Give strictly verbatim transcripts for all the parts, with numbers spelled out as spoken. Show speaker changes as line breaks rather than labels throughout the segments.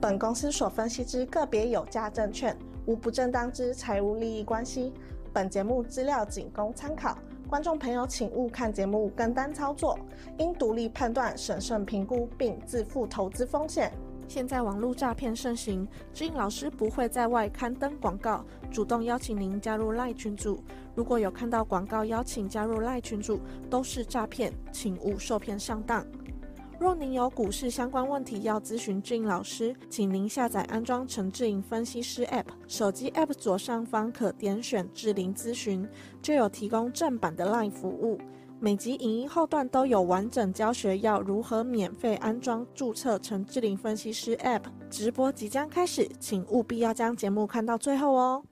本公司所分析之个别有价证券，无不正当之财务利益关系。本节目资料仅供参考，观众朋友请勿看节目跟单操作，应独立判断、审慎评估并自负投资风险。现在网络诈骗盛行，知音老师不会在外刊登广告，主动邀请您加入 LINE 群组。如果有看到广告邀请加入 LINE 群组，都是诈骗，请勿受骗上当。若您有股市相关问题要咨询志颖老师，请您下载安装陈志颖分析师 App， 手机 App 左上方可点选志玲咨询，就有提供正版的 LINE 服务。每集影音后段都有完整教学，要如何免费安装注册陈志玲分析师 App。 直播即将开始，请务必要将节目看到最后哦。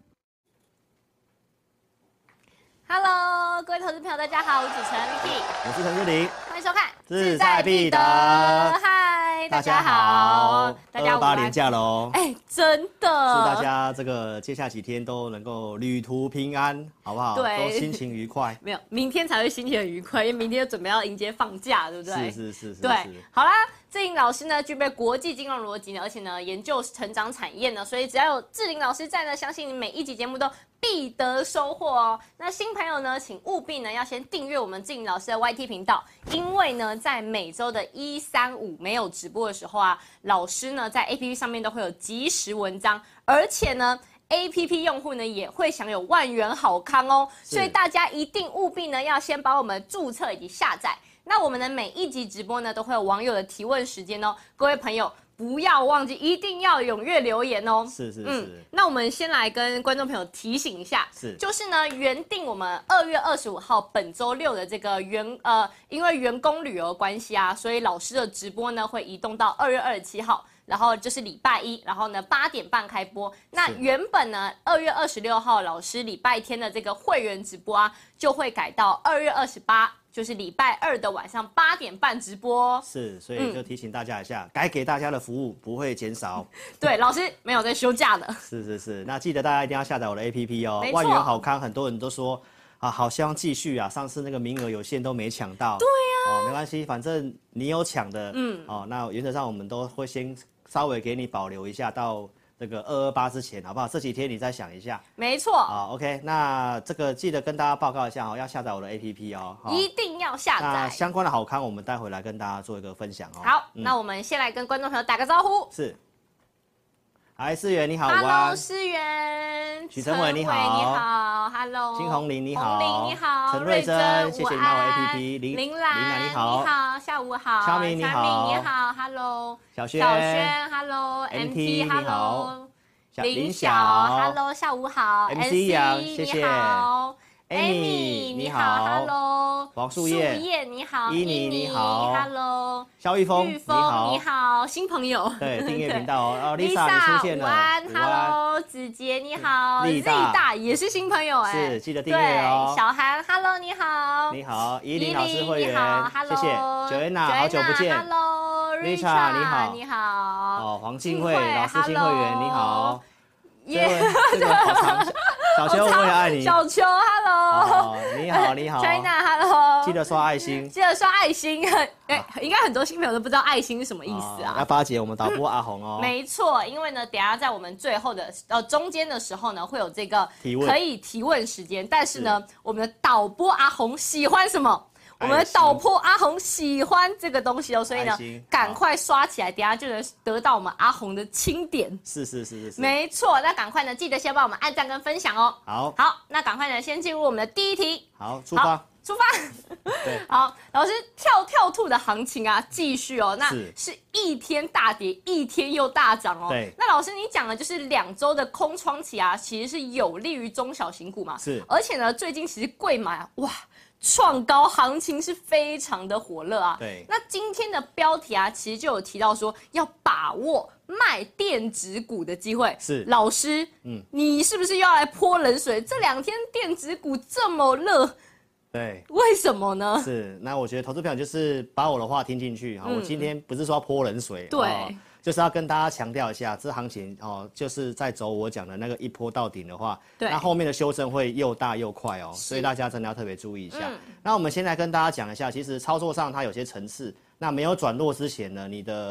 Hello， 各位投资朋友，大家好，我是主持人 Vicky，
我是陈志玲，
欢迎收看
志在必得。
嗨，大家好，
大家好，二八连假喽！
哎，真的，
祝大家这个接下几天都能够旅途平安，好不好？
对，
都心情愉快。
没有，明天才会心情很愉快，因为明天就准备要迎接放假，对不对？
是是是是。
对，好啦。志颖老师呢，具备国际金融逻辑呢，而且呢，研究成长产业呢，所以只要有志玲老师在呢，相信你每一集节目都必得收获哦。那新朋友呢，请务必呢要先订阅我们志颖老师的 Y T 频道，因为呢，在每周的一、三、五没有直播的时候啊，老师呢在 A P P 上面都会有即时文章，而且呢。A P P 用户呢也会享有万元好康哦，所以大家一定务必呢要先把我们注册以及下载。那我们的每一集直播呢都会有网友的提问时间哦，各位朋友不要忘记，一定要踊跃留言哦。
是是是。
嗯，那我们先来跟观众朋友提醒一下，
是
就是呢原定我们二月二十五号本周六的这个员呃，因为员工旅游关系啊，所以老师的直播呢会移动到二月二十七号。然后就是礼拜一，然后呢八点半开播。那原本呢二月二十六号老师礼拜天的这个会员直播啊，就会改到二月二十八，就是礼拜二的晚上八点半直播。
是，所以就提醒大家一下，嗯、该给大家的服务不会减少。
对，老师没有在休假的。
是是是，那记得大家一定要下载我的 A P P 哦，万元好康，很多人都说啊，好希望继续啊，上次那个名额有限都没抢到。
对呀、
啊，哦，没关系，反正你有抢的，嗯，哦，那原则上我们都会先。稍微给你保留一下，到这个二二八之前，好不好？这几天你再想一下。
没错。
好 ，OK， 那这个记得跟大家报告一下哦，要下载我的 A P P 哦，
一定要下载。
那相关的好康，我们待会来跟大家做一个分享哦。
好，嗯、那我们先来跟观众朋友打个招呼。
是。嗨，思源你好，
Hello， 思源。
许成伟你好，
你好 ，Hello。
金红林你好，
红林你好，
陈瑞珍，谢谢你拿我 A P P。
林
林
兰
你好，
你好，下午好。
超明你好，
你好 ，Hello。
小轩，
小轩 ，Hello。M T
Hello。
林晓 ，Hello， 下午好。
M C 杨，谢谢。
Amy 你好 ，Hello。
黄树叶，
树叶你好。
伊妮你好
，Hello。
肖玉峰，
玉峰你好，新朋友。
对，订阅频道哦。哦
，Lisa
你出现了，
午安 ，Hello。子杰你好 ，Z 大也是新朋友哎，
是记得订阅哦。
小韩 ，Hello 你好。
你好，依林老师会员，
谢
谢。Joanna 好久不见
，Hello。Rita
你好，
你好。
哦，黄静慧老师新会员你好。
耶，
这个好长。小秋我也爱你。
小秋 ，Hello。
你好，你好。
China，Hello。
记得刷爱心。
记得刷爱心。哎，应该很多新朋友都不知道爱心是什么意思啊。
要巴结我们导播阿红哦。
没错，因为呢，等一下在我们最后的呃中间的时候呢，会有这个可以提问时间。但是呢，我们的导播阿红喜欢什么？我们的导播阿红喜欢这个东西哦，所以呢，赶快刷起来，等一下就能得到我们阿红的钦点。
是是是是是，
没错。那赶快呢，记得先帮我们按赞跟分享哦。
好，
好，那赶快呢，先进入我们的第一题。
好，出发，
出发。
对，
好，老师，跳跳兔的行情啊，继续哦。那是一天大跌，一天又大涨哦。
对。
那老师，你讲的就是两周的空窗期啊，其实是有利于中小型股嘛。
是。
而且呢，最近其实贵买啊，哇。创高行情是非常的火热啊，
对。
那今天的标题啊，其实就有提到说要把握卖电子股的机会。
是，
老师，嗯，你是不是要来泼冷水？这两天电子股这么热，
对，
为什么呢？
是，那我觉得投资朋友就是把我的话听进去哈、嗯。我今天不是说要泼冷水，
对。
哦就是要跟大家强调一下，这行情哦，就是在走我讲的那个一波到顶的话，那后面的修正会又大又快哦，所以大家真的要特别注意一下。嗯、那我们先来跟大家讲一下，其实操作上它有些层次，那没有转弱之前呢，你的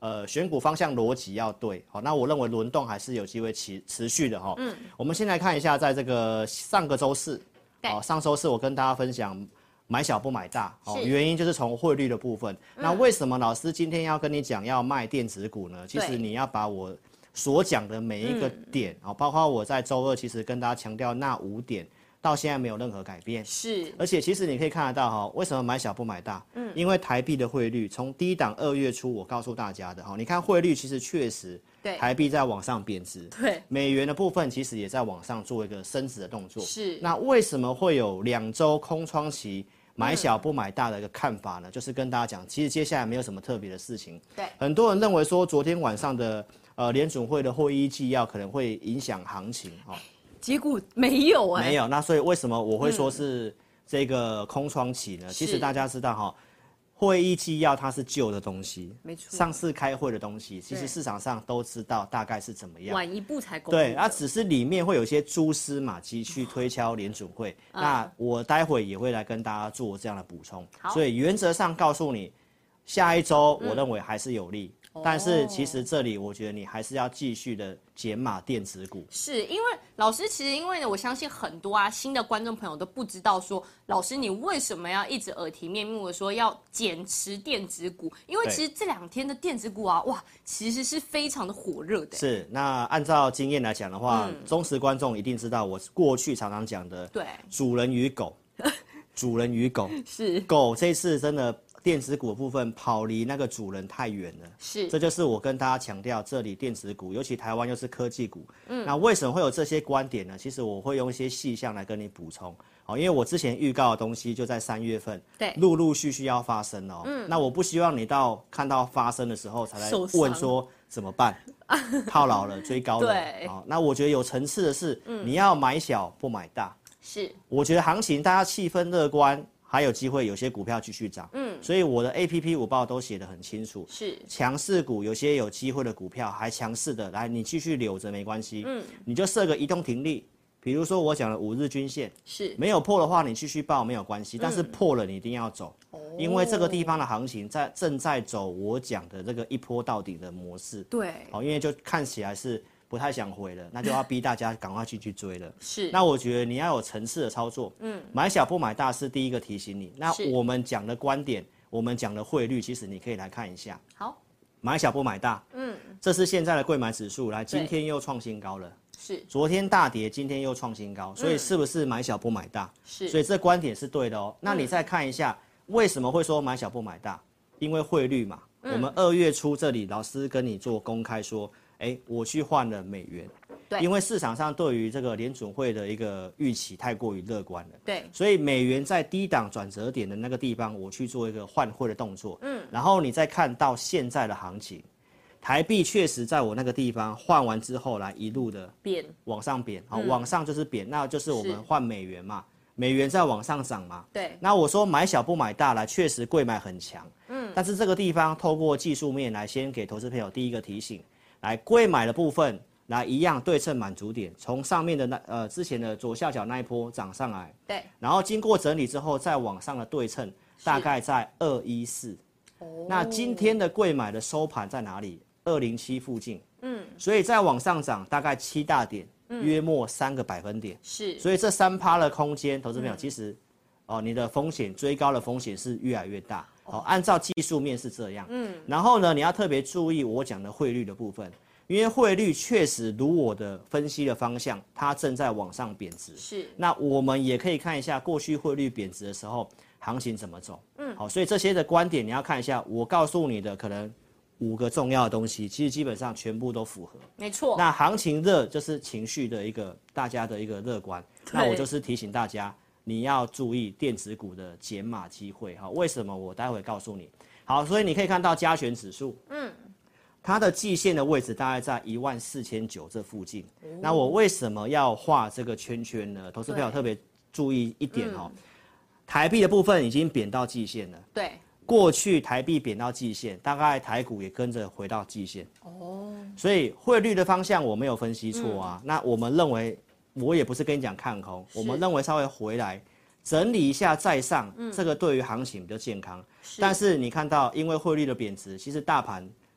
呃选股方向逻辑要对，好，那我认为轮动还是有机会持持续的哈。嗯，我们先来看一下，在这个上个周四，好，上周四我跟大家分享买小不买大，哦，原因就是从汇率的部分。嗯、那为什么老师今天要跟你讲要卖电子股呢？其实你要把我所讲的每一个点，啊、嗯，包括我在周二其实跟大家强调那五点。到现在没有任何改变，
是，
而且其实你可以看得到哈，为什么买小不买大？嗯，因为台币的汇率从低档二月初我告诉大家的哈，你看汇率其实确实，对，台币在往上贬值，对，美元的部分其实也在往上做一个升值的动作，是。那为什么会有两周空窗期买小不买大的一个看法呢？嗯、就是跟大家讲，其实接下来没有什么特别的事情，对，很多人认为说昨天晚上的呃联准会的会议纪要可能会影响行情哈。
结果没有哎、欸，
没有。那所以为什么我会说是这个空窗期呢？嗯、其实大家知道哈，会议纪要它是旧的东西，没错，上次开会的东西，其实市场上都知道大概是怎么样，
晚一步才公布。
对，那只是里面会有一些蛛丝马迹去推敲联准会。嗯、那我待会也会来跟大家做这样的补充。所以原则上告诉你，下一周我认为还是有利。嗯但是其实这里我觉得你还是要继续的减码电子股，
是因为老师其实因为呢，我相信很多啊新的观众朋友都不知道说，老师你为什么要一直耳提面命的说要减持电子股？因为其实这两天的电子股啊，哇，其实是非常的火热的。
是，那按照经验来讲的话，嗯、忠实观众一定知道我过去常常讲的，对，主人与狗，主人与狗是狗这次真的。电子股的部分跑离那个主人太远了，是，这就是我跟大家强调，这里电子股，尤其台湾又是科技股，嗯，那为什么会有这些观点呢？其实我会用一些细项来跟你补充，好，因为我之前预告的东西就在三月份，对，陆陆续续要发生哦，嗯，那我不希望你到看到发生的时候才来问说怎么办，套牢了，追高了，对，好，那我觉得有层次的是，嗯、你要买小不买大，是，我觉得行情大家气氛乐观。还有机会，有些股票继续涨，嗯，所以我的 A P P 五报都写得很清楚，是强势股，有些有机会的股票还强势的，来你继续留着没关系，嗯，你就设个移动停利，比如说我讲的五日均线，是没有破的话，你继续报没有关系，但是破了你一定要走，嗯、因为这个地方的行情在正在走我讲的这个一波到底的模式，对，好，因为就看起来是。不太想回了，那就要逼大家赶快进去追了。是，那我觉得你要有层次的操作，嗯，买小不买大是第一个提醒你。那我们讲的观点，我们讲的汇率，其实你可以来看一下。好，买小不买大，嗯，这是现在的柜买指数，来，今天又创新高了。是，昨天大跌，今天又创新高，所以是不是买小不买大？是，所以这观点是对的哦。那你再看一下，为什么会说买小不买大？因为汇率嘛，我们二月初这里老师跟你做公开说。哎，我去换了美元，对，因为市场上对于这个联准会的一个预期太过于乐观了，对，所以美元在低档转折点的那个地方，我去做一个换汇的动作，嗯，然后你再看到现在的行情，台币确实在我那个地方换完之后，来一路的贬，往上贬，好、嗯，往上就是贬，那就是我们换美元嘛，美元在往上涨嘛，对，那我说买小不买大来，确实柜买很强，嗯，但是这个地方透过技术面来先给投资朋友第一个提醒。来柜买的部分，来一样对称满足点，从上面的那呃之前的左下角那一波涨上来，对，然后经过整理之后再往上的对称，大概在二一四，那今天的柜买的收盘在哪里？二零七附近，嗯，所以再往上涨大概七大点，嗯、约莫三个百分点，是，所以这三趴的空间，投资朋友、嗯、其实，哦，你的风险追高的风险是越来越大。好、哦，按照技术面是这样，嗯，然后呢，你要特别注意我讲的汇率的部分，因为汇率确实如我的分析的方向，它正在往上贬值，是。那我们也可以看一下过去汇率贬值的时候，行情怎么走，嗯，好，所以这些的观点你要看一下，我告诉你的可能五个重要的东西，其实基本上全部都符合，没错。那行情热就是情绪的一个大家的一个乐观，那我就是提醒大家。你要注意电子股的减码机会哈，为什么？我待会告诉你。好，所以你可以看到加权指数，嗯，它的季线的位置大概在一万四千九这附近。哦、那我为什么要画这个圈圈呢？投资朋友特别注意一点哦，嗯、台币的部分已经贬到季线了。对，过去台币贬到季线，大概台股也跟着回到季线。哦，所以汇率的方向我没有分析错啊。嗯、那我们认为。我也不是跟你讲看空，我们认为稍微回来整理一下再上，嗯、这个对于行情比较健康。是但是你看到，因为汇率的贬值，其实大盘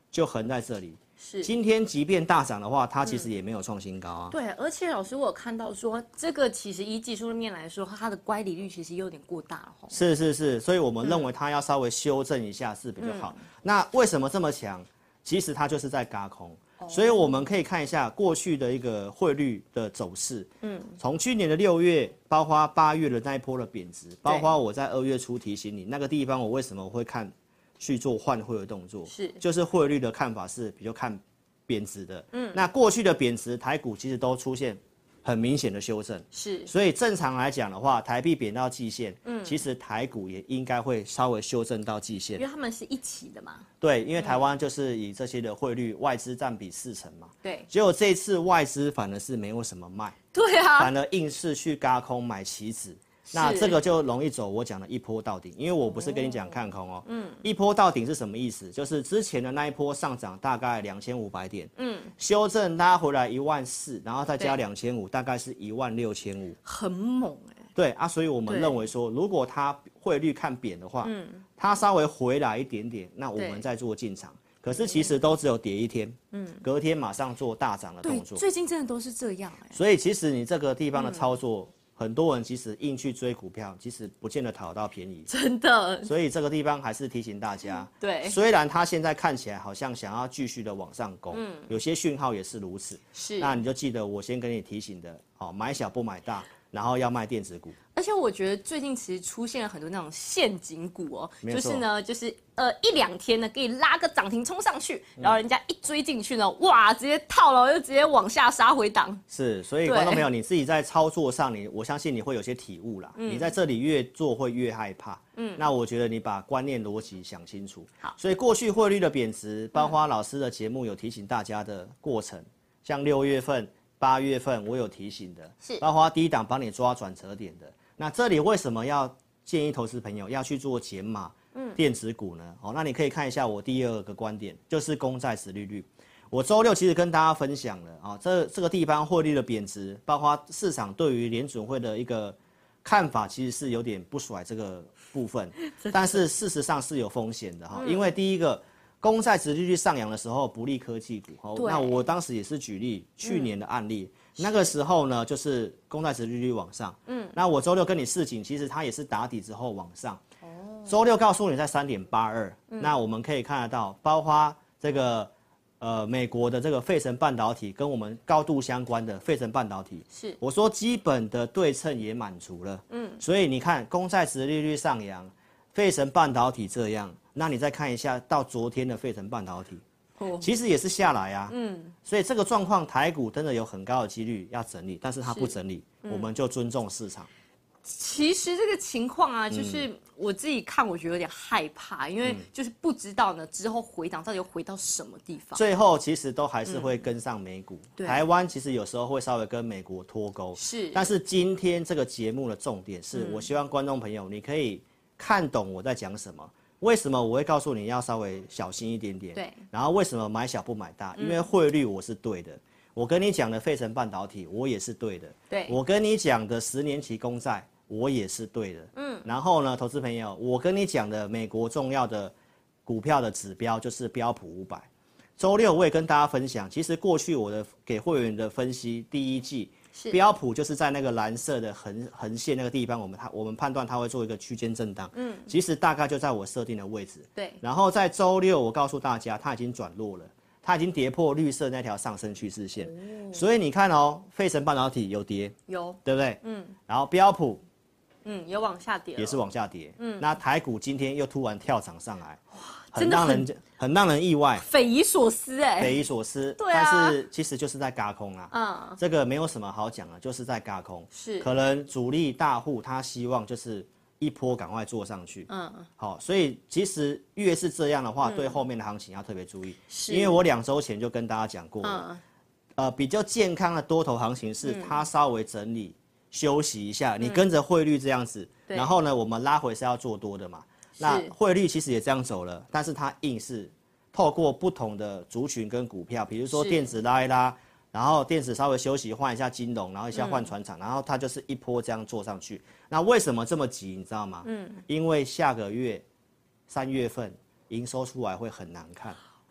就横在这里。
是，
今天即便大涨的话，它其实也没有创新高啊。
嗯、对，而且老师我有看到说，这个其实以技术面来说，它的乖离率其实有点过大了。
是是是，所以我们认为它要稍微修正一下是比较好。嗯、那为什么这么强？其实它就是在轧空。所以我们可以看一下过去的一个汇率的走势，嗯，从去年的六月，包括八月的那一波的贬值，包括我在二月初提醒你那个地方，我为什么会看去做换汇的动作，
是，
就是汇率的看法是比较看贬值的，嗯，那过去的贬值，台股其实都出现很明显的修正，
是，
所以正常来讲的话，台币贬到季线，嗯，其实台股也应该会稍微修正到季线，
因为他们是一起的嘛。
对，因为台湾就是以这些的汇率外资占比四成嘛，
对，
结果这一次外资反而是没有什么卖，
对啊，
反而硬是去轧空买期指。那这个就容易走我讲的一波到顶，因为我不是跟你讲看空哦，嗯，一波到顶是什么意思？就是之前的那一波上涨大概两千五百点，嗯，修正拉回来一万四，然后再加两千五，大概是一万六千五，
很猛哎、欸。
对啊，所以我们认为说，如果它汇率看贬的话，嗯，它稍微回来一点点，那我们再做进场。可是其实都只有跌一天，嗯，隔天马上做大涨的动作。
最近真的都是这样哎、欸。
所以其实你这个地方的操作。嗯，很多人其实硬去追股票，其实不见得讨到便宜，
真的。
所以这个地方还是提醒大家，
对，
虽然它现在看起来好像想要继续的往上攻，嗯，有些讯号也是如此，
是。
那你就记得我先跟你提醒的，好，买小不买大，然后要卖电子股。
而且我觉得最近其实出现了很多那种陷阱股哦，就是呢，就是呃一两天呢给你拉个涨停冲上去，然后人家一追进去呢，哇，直接套牢，就直接往下杀回档。
是，所以观众朋友，你自己在操作上，你我相信你会有些体悟啦。嗯、你在这里越做会越害怕。嗯，那我觉得你把观念逻辑想清楚。
好，
所以过去汇率的贬值，包括老师的节目有提醒大家的过程，像六月份、八月份我有提醒的，
是，
包括低档帮你抓转折点的。那这里为什么要建议投资朋友要去做减码电子股呢？哦，那你可以看一下我第二个观点，就是公债殖利率。我周六其实跟大家分享了啊，这这个地方汇率的贬值，包括市场对于联准会的一个看法，其实是有点不甩这个部分，但是事实上是有风险的哈，因为第一个。公债殖利率上扬的时候不利科技股，哦，那我当时也是举例去年的案例，嗯、那个时候呢就是公债殖利率往上，嗯，那我周六跟你示警，其实它也是打底之后往上，哦，周六告诉你在 三点八二，那我们可以看得到，包括这个呃美国的这个费城半导体跟我们高度相关的费城半导体，
是
我说基本的对称也满足了，嗯，所以你看公债殖利率上扬，费城半导体这样。那你再看一下，到昨天的费城半导体，哦、其实也是下来啊，嗯，所以这个状况台股真的有很高的几率要整理，但是它不整理，嗯、我们就尊重市场。
其实这个情况啊，就是我自己看，我觉得有点害怕，因为就是不知道呢之后回档到底又回到什么地方。
最后其实都还是会跟上美股，
嗯、
台湾其实有时候会稍微跟美国脱钩，
是。
但是今天这个节目的重点是，嗯、我希望观众朋友你可以看懂我在讲什么。为什么我会告诉你要稍微小心一点点？
对。
然后为什么买小不买大？因为汇率我是对的，我跟你讲的费城半导体我也是对的。
对。
我跟你讲的十年期公债我也是对的。嗯。然后呢，投资朋友，我跟你讲的美国重要的股票的指标就是标普五百。周六我也跟大家分享，其实过去我的给会员的分析，第一季。标普就是在那个蓝色的横横线那个地方，我们它我们判断它会做一个区间震荡，嗯，其实大概就在我设定的位置，
对。
然后在周六，我告诉大家，它已经转弱了，它已经跌破绿色那条上升趋势线，哦、所以你看哦，费城半导体有跌，
有，
对不对？
嗯。
然后标普，
嗯，有往下跌，
也是往下跌，
嗯。
那台股今天又突然跳涨上来，
哇，
很让人很让人意外，
匪夷所思哎，
匪夷所思。
对啊，
但是其实就是在轧空啊，
嗯，
这个没有什么好讲的，就是在轧空。
是，
可能主力大户他希望就是一波赶快做上去，嗯，好，所以其实越是这样的话，嗯、对后面的行情要特别注意，
是，
因为我两周前就跟大家讲过了，
嗯，
呃，比较健康的多头行情是它稍微整理、嗯、休息一下，你跟着汇率这样子，嗯、然后呢，我们拉回是要做多的嘛。那汇率其实也这样走了，但是它硬是透过不同的族群跟股票，比如说电子拉一拉，然后电子稍微休息换一下金融，然后一下换传产，嗯、然后它就是一波这样做上去。那为什么这么急？你知道吗？嗯，因为下个月三月份营收出来会很难看。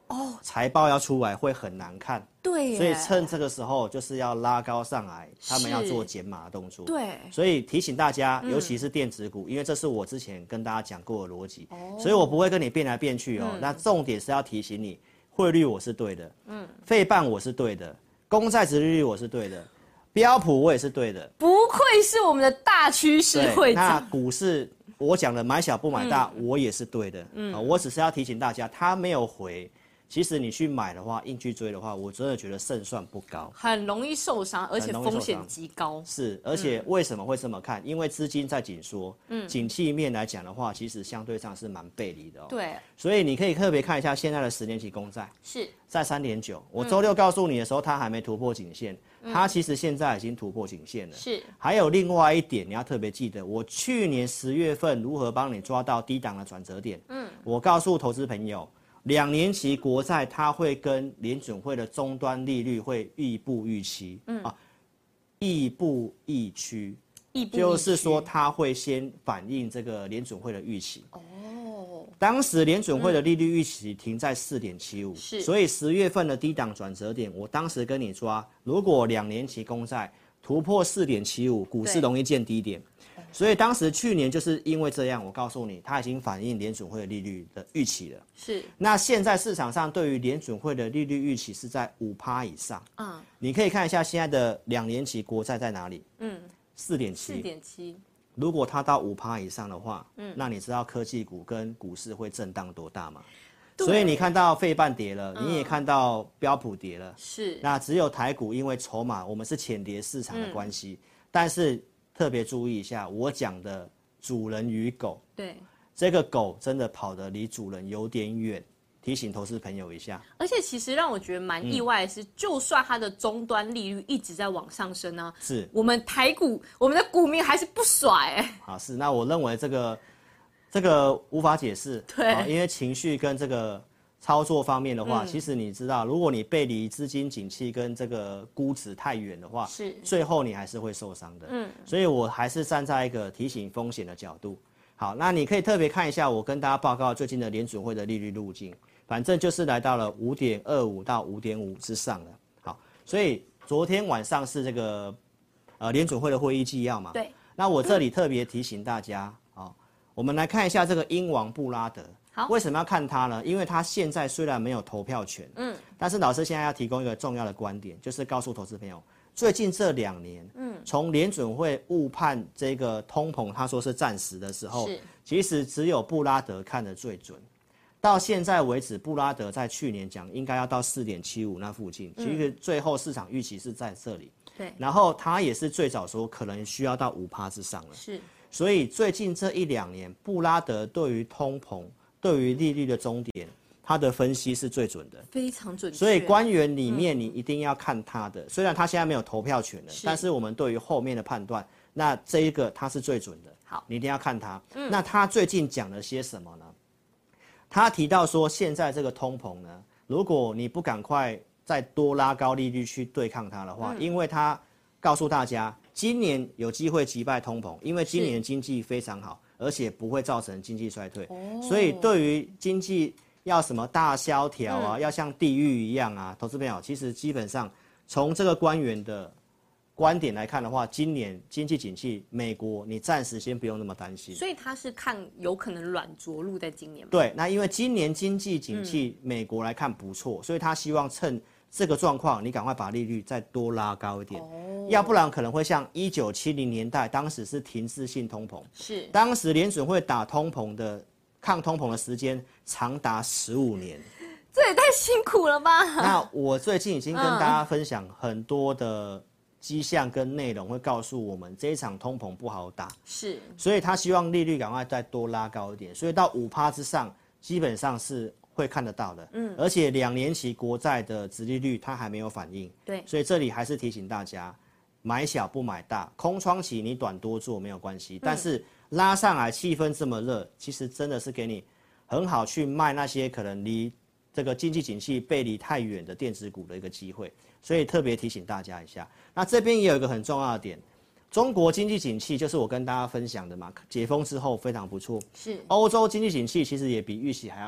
哦，财报要出来会很难看。
对，
所以趁这个时候就是要拉高上来，他们要做减码的动作。
对，
所以提醒大家，尤其是电子股，嗯、因为这是我之前跟大家讲过的逻辑，哦、所以我不会跟你变来变去哦。嗯、那重点是要提醒你，汇率我是对的，嗯，费半我是对的，公债殖利率我是对的，标普我也是对的。
不愧是我们的大趋势会长。
那股市我讲的买小不买大，嗯、我也是对的。嗯、呃，我只是要提醒大家，它没有回。其实你去买的话，硬去追的话，我真的觉得胜算不高，
很容易受伤，而且风险极高。
是，而且为什么会这么看？嗯、因为资金在紧缩，嗯，景气面来讲的话，其实相对上是蛮背离的哦。
对，
所以你可以特别看一下现在的十年期公债，
是
在三点九。我周六告诉你的时候，它还没突破颈线，嗯、它其实现在已经突破颈线了。
是，
还有另外一点你要特别记得，我去年十月份如何帮你抓到低档的转折点？嗯，我告诉投资朋友。两年期国债它会跟联准会的终端利率会亦步亦趋，嗯啊，亦步亦趋，就是说它会先反映这个联准会的预期。哦，当时联准会的利率预期停在 四点七五， 是，所以十月份的低档转折点，我当时跟你抓，如果两年期公债突破 四点七五， 股市容易见低点。所以当时去年就是因为这样，我告诉你，它已经反映联准会的利率的预期了。
是。那
现在市场上对于联准会的利率预期是在 百分之五 以上。嗯。你可以看一下现在的两年期国债在哪里？嗯。四点七。
四点七。
如果它到 百分之五 以上的话，嗯，那你知道科技股跟股市会震荡多大吗？所以你看到费半跌了，嗯、你也看到标普跌了。
是。
那只有台股因为筹码，我们是浅跌市场的关系，嗯、但是。特别注意一下，我讲的主人与狗，
对，
这个狗真的跑得离主人有点远，提醒投资朋友一下。
而且其实让我觉得蛮意外的是，嗯、就算它的终端利率一直在往上升呢，
是
我们台股我们的股民还是不甩哎、欸。
好，是那我认为这个这个无法解释，
对，
因为情绪跟这个。操作方面的话，嗯、其实你知道，如果你背离资金景气跟这个估值太远的话，
是
最后你还是会受伤的。嗯，所以我还是站在一个提醒风险的角度。好，那你可以特别看一下我跟大家报告最近的联准会的利率路径，反正就是来到了 五点二五 到 五点五 之上了。好，所以昨天晚上是这个呃联准会的会议纪要嘛？
对。
那我这里特别提醒大家，好，我们来看一下这个英王布拉德。为什么要看他呢？因为他现在虽然没有投票权，嗯，但是老师现在要提供一个重要的观点，就是告诉投资朋友，最近这两年，嗯，从联准会误判这个通膨，他说是暂时的时候，其实只有布拉德看得最准。到现在为止，布拉德在去年讲应该要到 四点七五 那附近，其实最后市场预期是在这里。
对，
然后他也是最早说可能需要到 百分之五 之上了。
是，
所以最近这一两年，布拉德对于通膨。对于利率的终点，他的分析是最准的，
非常准确。
所以官员里面你一定要看他的，嗯、虽然他现在没有投票权了，是但是我们对于后面的判断，那这一个他是最准的。
好，
你一定要看他。嗯、那他最近讲了些什么呢？他提到说，现在这个通膨呢，如果你不赶快再多拉高利率去对抗它的话，嗯、因为他告诉大家，今年有机会击败通膨，因为今年经济非常好。而且不会造成经济衰退，哦、所以对于经济要什么大萧条啊，嗯、要像地狱一样啊，投资朋友，其实基本上从这个官员的观点来看的话，今年经济景气，美国你暂时先不用那么担心。
所以他是看有可能软着陆在今年吗？
对，那因为今年经济景气，嗯、美国来看不错，所以他希望趁这个状况，你赶快把利率再多拉高一点，哦、要不然可能会像一九七零年代，当时是停滞性通膨，
是
当时联准会打通膨的抗通膨的时间长达十五年，
这也太辛苦了吧？
那我最近已经跟大家分享很多的迹象跟内容，会告诉我们这一场通膨不好打，
是，
所以他希望利率赶快再多拉高一点，所以到 百分之五 之上，基本上是会看得到的，嗯，而且两年期国债的殖利率它还没有反应，
对，
所以这里还是提醒大家，买小不买大，空窗期你短多做没有关系，嗯、但是拉上来气氛这么热，其实真的是给你很好去卖那些可能离这个经济景气背离太远的电子股的一个机会，所以特别提醒大家一下。那这边也有一个很重要的点。中国经济景气就是我跟大家分享的嘛，解封之后非常不错。
是，
欧洲经济景气其实也比预期还要好，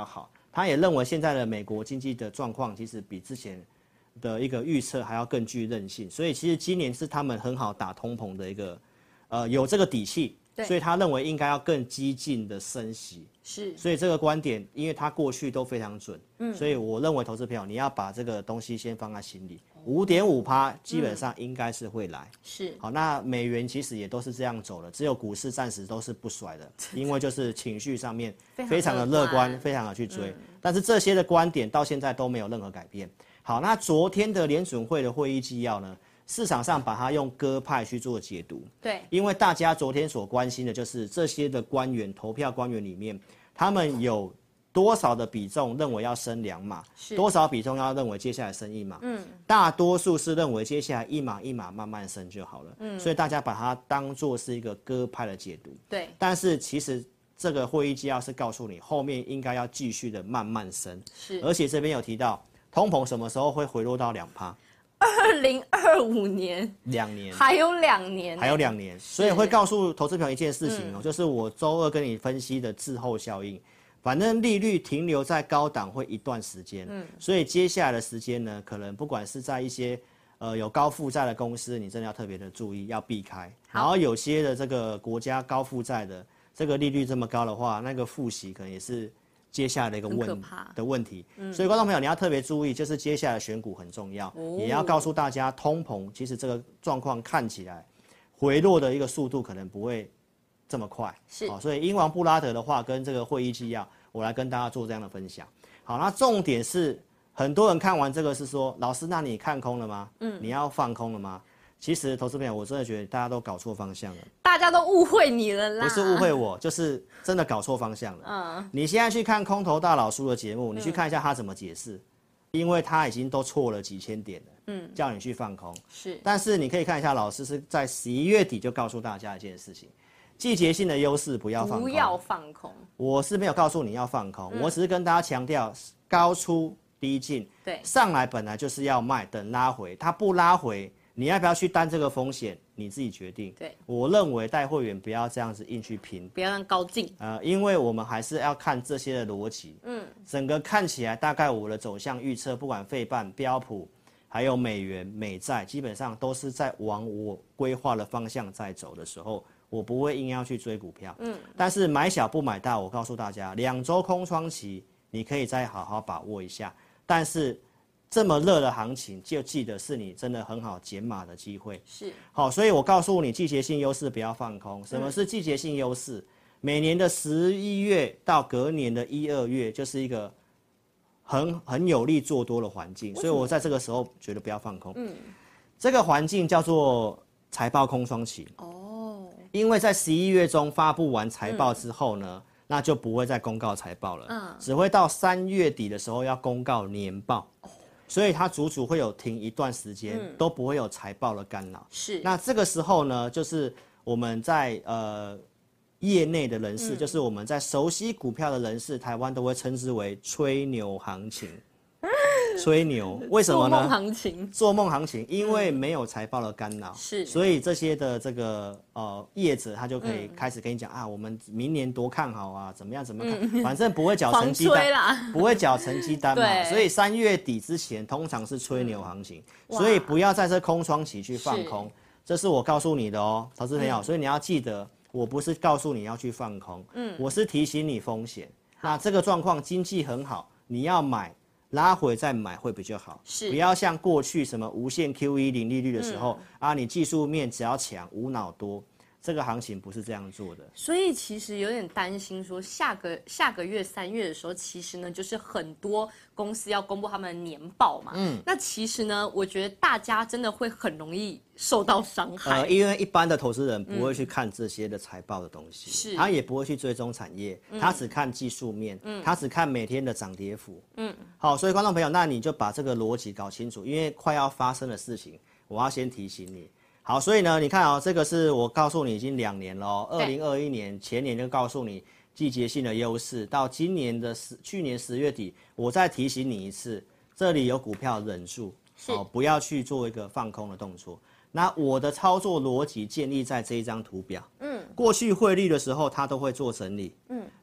他也认为现在的美国经济的状况其实比之前的一个预测还要更具韧性，所以其实今年是他们很好打通膨的一个，呃，有这个底气，所以他认为应该要更激进的升息。是，所以这个观点，因为他过去都非常准，嗯，所以我认为投资朋友你要把这个东西先放在心里，五点五趴基本上应该是会来。是，好，那美元其实也都是这样走的，只有股市暂时都是不甩的，因为就是情绪上面非常的乐观，非常的去追，但是这些的观点到现在都没有任何改变。好，那昨天的联准会的会议纪要呢？市场上把它用鸽派去做解读，对，因为大家昨天所关心的就是这些的官员投票官员里面，他们有多少的比重认为要升两码，多少比重要认为接下来升一码，嗯，大多数是认为接下来一码一码慢慢升就好了，嗯，所以大家把它当作是一个鸽派的解读，对，但是其实这个会议纪要是告诉你后面应该要继续的慢慢升，是，而且这边有提到通膨什么时候会回落到两趴。
二零二五年，
两年，
还有两年，
还有两年，所以会告诉投资朋友一件事情哦、嗯，就是我周二跟你分析的滞后效应，反正利率停留在高档会一段时间，嗯，所以接下来的时间呢，可能不管是在一些呃有高负债的公司，你真的要特别的注意，要避开。然后有些的这个国家高负债的，这个利率这么高的话，那个付息可能也是。接下来的一个问的问题，嗯、所以观众朋友你要特别注意，就是接下来选股很重要，哦、也要告诉大家，通膨其实这个状况看起来回落的一个速度可能不会这么快，是，好，所以英王布拉德的话跟这个会议纪要，我来跟大家做这样的分享。好，那重点是很多人看完这个是说，老师，那你看空了吗？嗯，你要放空了吗？其实，投资朋友，我真的觉得大家都搞错方向了。
大家都误会你了啦！
不是误会我，就是真的搞错方向了。嗯，你现在去看空头大佬叔的节目，你去看一下他怎么解释，嗯、因为他已经都错了几千点了。嗯，叫你去放空。是，但是你可以看一下，老师是在十一月底就告诉大家一件事情：季节性的优势不要放空。
不要放空。
我是没有告诉你要放空，嗯、我只是跟大家强调高出低进。对，上来本来就是要卖，等拉回，它不拉回。你要不要去担这个风险？你自己决定。对，我认为带会员不要这样子硬去拼，
不要让高进。
呃，因为我们还是要看这些的逻辑。嗯，整个看起来大概我的走向预测，不管费半、标普，还有美元、美债，基本上都是在往我规划的方向在走的时候，我不会硬要去追股票。嗯，但是买小不买大，我告诉大家，两周空窗期你可以再好好把握一下，但是。这么热的行情，就记得是你真的很好减码的机会。是，好，所以我告诉你，季节性优势不要放空。什么是季节性优势？嗯、每年的十一月到隔年的一二月，就是一个很很有利做多的环境。所以我在这个时候觉得不要放空。嗯，这个环境叫做财报空窗期。哦，因为在十一月中发布完财报之后呢。嗯那就不会再公告财报了，嗯，只会到三月底的时候要公告年报，哦、所以它足足会有停一段时间，嗯、都不会有财报的干扰。是，那这个时候呢，就是我们在呃业内的人士，嗯、就是我们在熟悉股票的人士，台湾都会称之为吹牛行情。吹牛，为什么呢？做梦
行情，
做梦行情，因为没有财报的干扰，是、嗯，所以这些的这个呃业者他就可以开始跟你讲、嗯、啊，我们明年多看好啊，怎么样怎么看，嗯、反正不会缴成绩单，不会缴成绩单嘛，所以三月底之前通常是吹牛行情，嗯、所以不要在这空窗期去放空，这是我告诉你的哦，投资朋友，嗯、所以你要记得，我不是告诉你要去放空，嗯，我是提醒你风险。那这个状况经济很好，你要买。拉回再买会比较好，是不要像过去什么无限 Q E 零利率的时候、嗯、啊，你技术面只要强无脑多，这个行情不是这样做的。
所以其实有点担心说下个下个月三月的时候，其实呢就是很多公司要公布他们的年报嘛，嗯，那其实呢，我觉得大家真的会很容易受到伤害，
呃，因为一般的投资人不会去看这些的财报的东西，是、嗯，他也不会去追踪产业，嗯、他只看技术面，嗯，他只看每天的涨跌幅，嗯，好，所以观众朋友，那你就把这个逻辑搞清楚，因为快要发生的事情，我要先提醒你。好，所以呢，你看哦，这个是我告诉你已经两年了哦，二零二一年前年就告诉你季节性的优势，到今年的十去年十月底，我再提醒你一次，这里有股票忍住，哦，不要去做一个放空的动作。那我的操作逻辑建立在这一张图表，嗯，过去汇率的时候它都会做整理，嗯，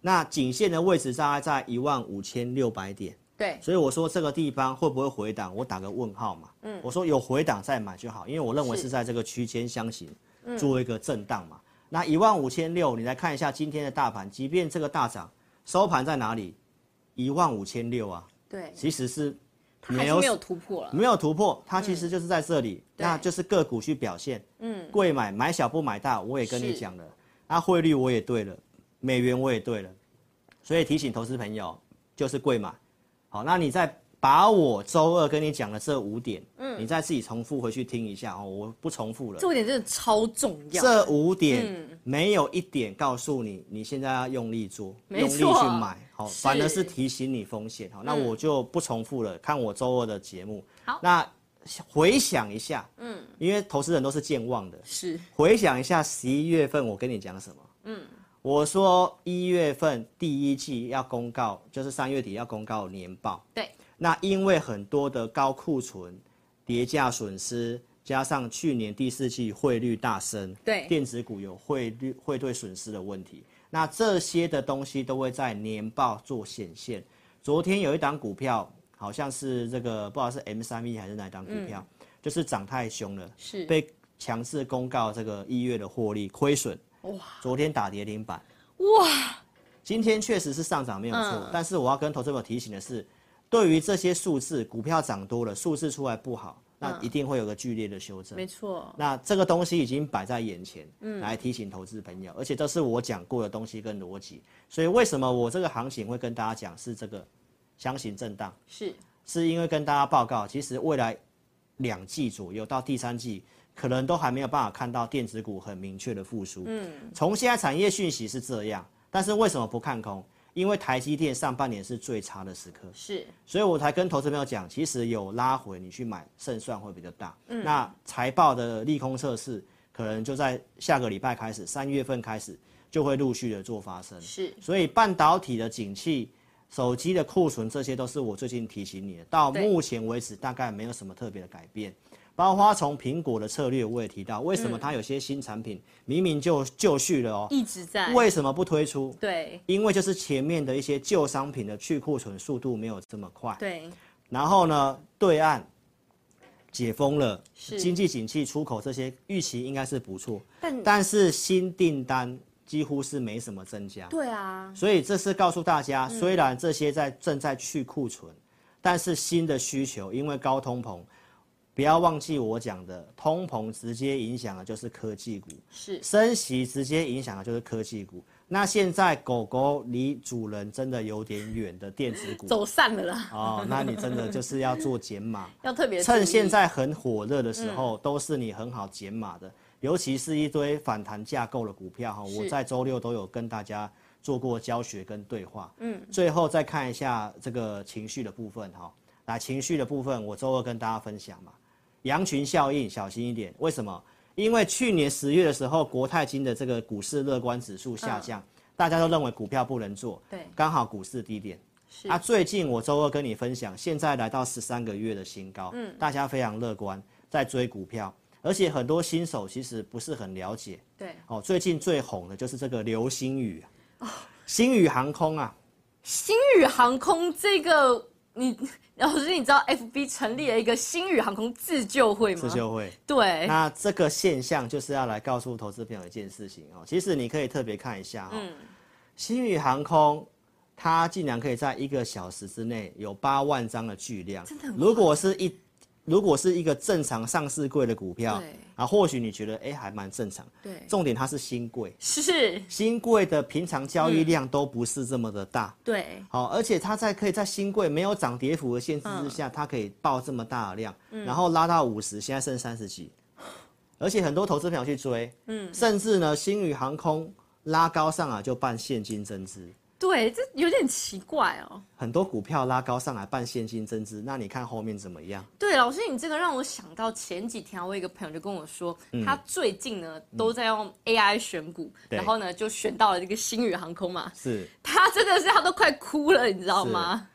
那颈线的位置大概在一万五千六百点。
对，
所以我说这个地方会不会回档，我打个问号嘛。嗯，我说有回档再买就好，因为我认为是在这个区间箱型做一个震荡嘛。嗯、那一万五千六，你来看一下今天的大盘，即便这个大涨，收盘在哪里？一万五千六啊。
对，
其实是
没有没有突破了，
没有突破，它其实就是在这里，嗯、那就是个股去表现。嗯，贵买买小不买大，我也跟你讲了。那汇率我也对了，美元我也对了，所以提醒投资朋友，就是贵买。好，那你再把我周二跟你讲的这五点，嗯，你再自己重复回去听一下哦，我不重复了。
这五点真的超重要。
这五点、嗯、没有一点告诉你，你现在要用力做，用力去买，好，反而是提醒你风险。好，那我就不重复了，看我周二的节目。
好，
那回想一下，嗯，因为投资人都是健忘的，
是
回想一下十一月份我跟你讲什么，嗯。我说一月份第一季要公告，就是三月底要公告年报。
对。
那因为很多的高库存、跌价损失，加上去年第四季汇率大升，
对，
电子股有汇率汇兑损失的问题。那这些的东西都会在年报做显现。昨天有一档股票，好像是这个不知道是 M 三 V 还是哪一档股票，嗯、就是涨太凶了，
是
被强制公告这个一月的获利亏损。哇！昨天打跌停板，
哇！
今天确实是上涨没有错，嗯、但是我要跟投资者提醒的是，对于这些数字，股票涨多了，数字出来不好，那一定会有个剧烈的修正。
没错。
那这个东西已经摆在眼前，嗯，来提醒投资朋友，而且这是我讲过的东西跟逻辑，所以为什么我这个行情会跟大家讲是这个箱型震荡？
是，
是因为跟大家报告，其实未来两季左右到第三季。可能都还没有办法看到电子股很明确的复苏。嗯，从现在产业讯息是这样，但是为什么不看空？因为台积电上半年是最差的时刻，
是，
所以我才跟投资朋友讲，其实有拉回，你去买胜算会比较大。嗯，那财报的利空测试可能就在下个礼拜开始，三月份开始就会陆续的做发生。
是，
所以半导体的景气、手机的库存，这些都是我最近提醒你的。到目前为止，大概没有什么特别的改变。包括从苹果的策略，我也提到，为什么它有些新产品、嗯、明明就就绪了哦，
一直在，
为什么不推出？
对，
因为就是前面的一些旧商品的去库存速度没有这么快。
对，
然后呢，对岸解封了，经济景气、出口这些预期应该是不错，但但是新订单几乎是没什么增加。
对啊，
所以这是告诉大家，嗯、虽然这些在正在去库存，但是新的需求因为高通膨。不要忘记我讲的，通膨直接影响的就是科技股，
是
升息直接影响的就是科技股。那现在狗狗离主人真的有点远的电子股
走散了啦。
哦，那你真的就是要做减码，
要特别
趁现在很火热的时候，嗯、都是你很好减码的，尤其是一堆反弹架构的股票哈。我在周六都有跟大家做过教学跟对话。嗯，最后再看一下这个情绪的部分哈。来，情绪的部分，我周二跟大家分享嘛。羊群效应，小心一点。为什么？因为去年十月的时候，国泰金的这个股市乐观指数下降，嗯、大家都认为股票不能做，
对，
刚好股市低点。是啊，最近我周二跟你分享，现在来到十三个月的新高，嗯，大家非常乐观，在追股票，而且很多新手其实不是很了解，
对，
哦，最近最红的就是这个流星雨，哦，星宇航空啊，
星宇航空这个你。老师，你知道 F B 成立了一个星宇航空自救会吗？
自救会，
对。
那这个现象就是要来告诉投资朋友一件事情哦。其实你可以特别看一下哦，嗯、星宇航空它竟然可以在一个小时之内有八万张的巨量，
真的很。
如果是一如果是一个正常上市柜的股票，啊，或许你觉得哎、欸、还蛮正常，
对。
重点它是新柜，
是
新柜的平常交易量都不是这么的大，
嗯、对。
好，而且它在可以在新柜没有涨跌幅的限制之下，嗯、它可以爆这么大的量，嗯、然后拉到五十，现在剩三十几，而且很多投资朋友去追，嗯，甚至呢，星宇航空拉高上来就办现金增资。
对，这有点奇怪哦。
很多股票拉高上来办现金增资，那你看后面怎么样？
对，老师，你这个让我想到前几天，我有一个朋友就跟我说，嗯、他最近呢都在用 A I 选股，嗯、然后呢就选到了这个星宇航空嘛。
是。
他真的是他都快哭了，你知道吗？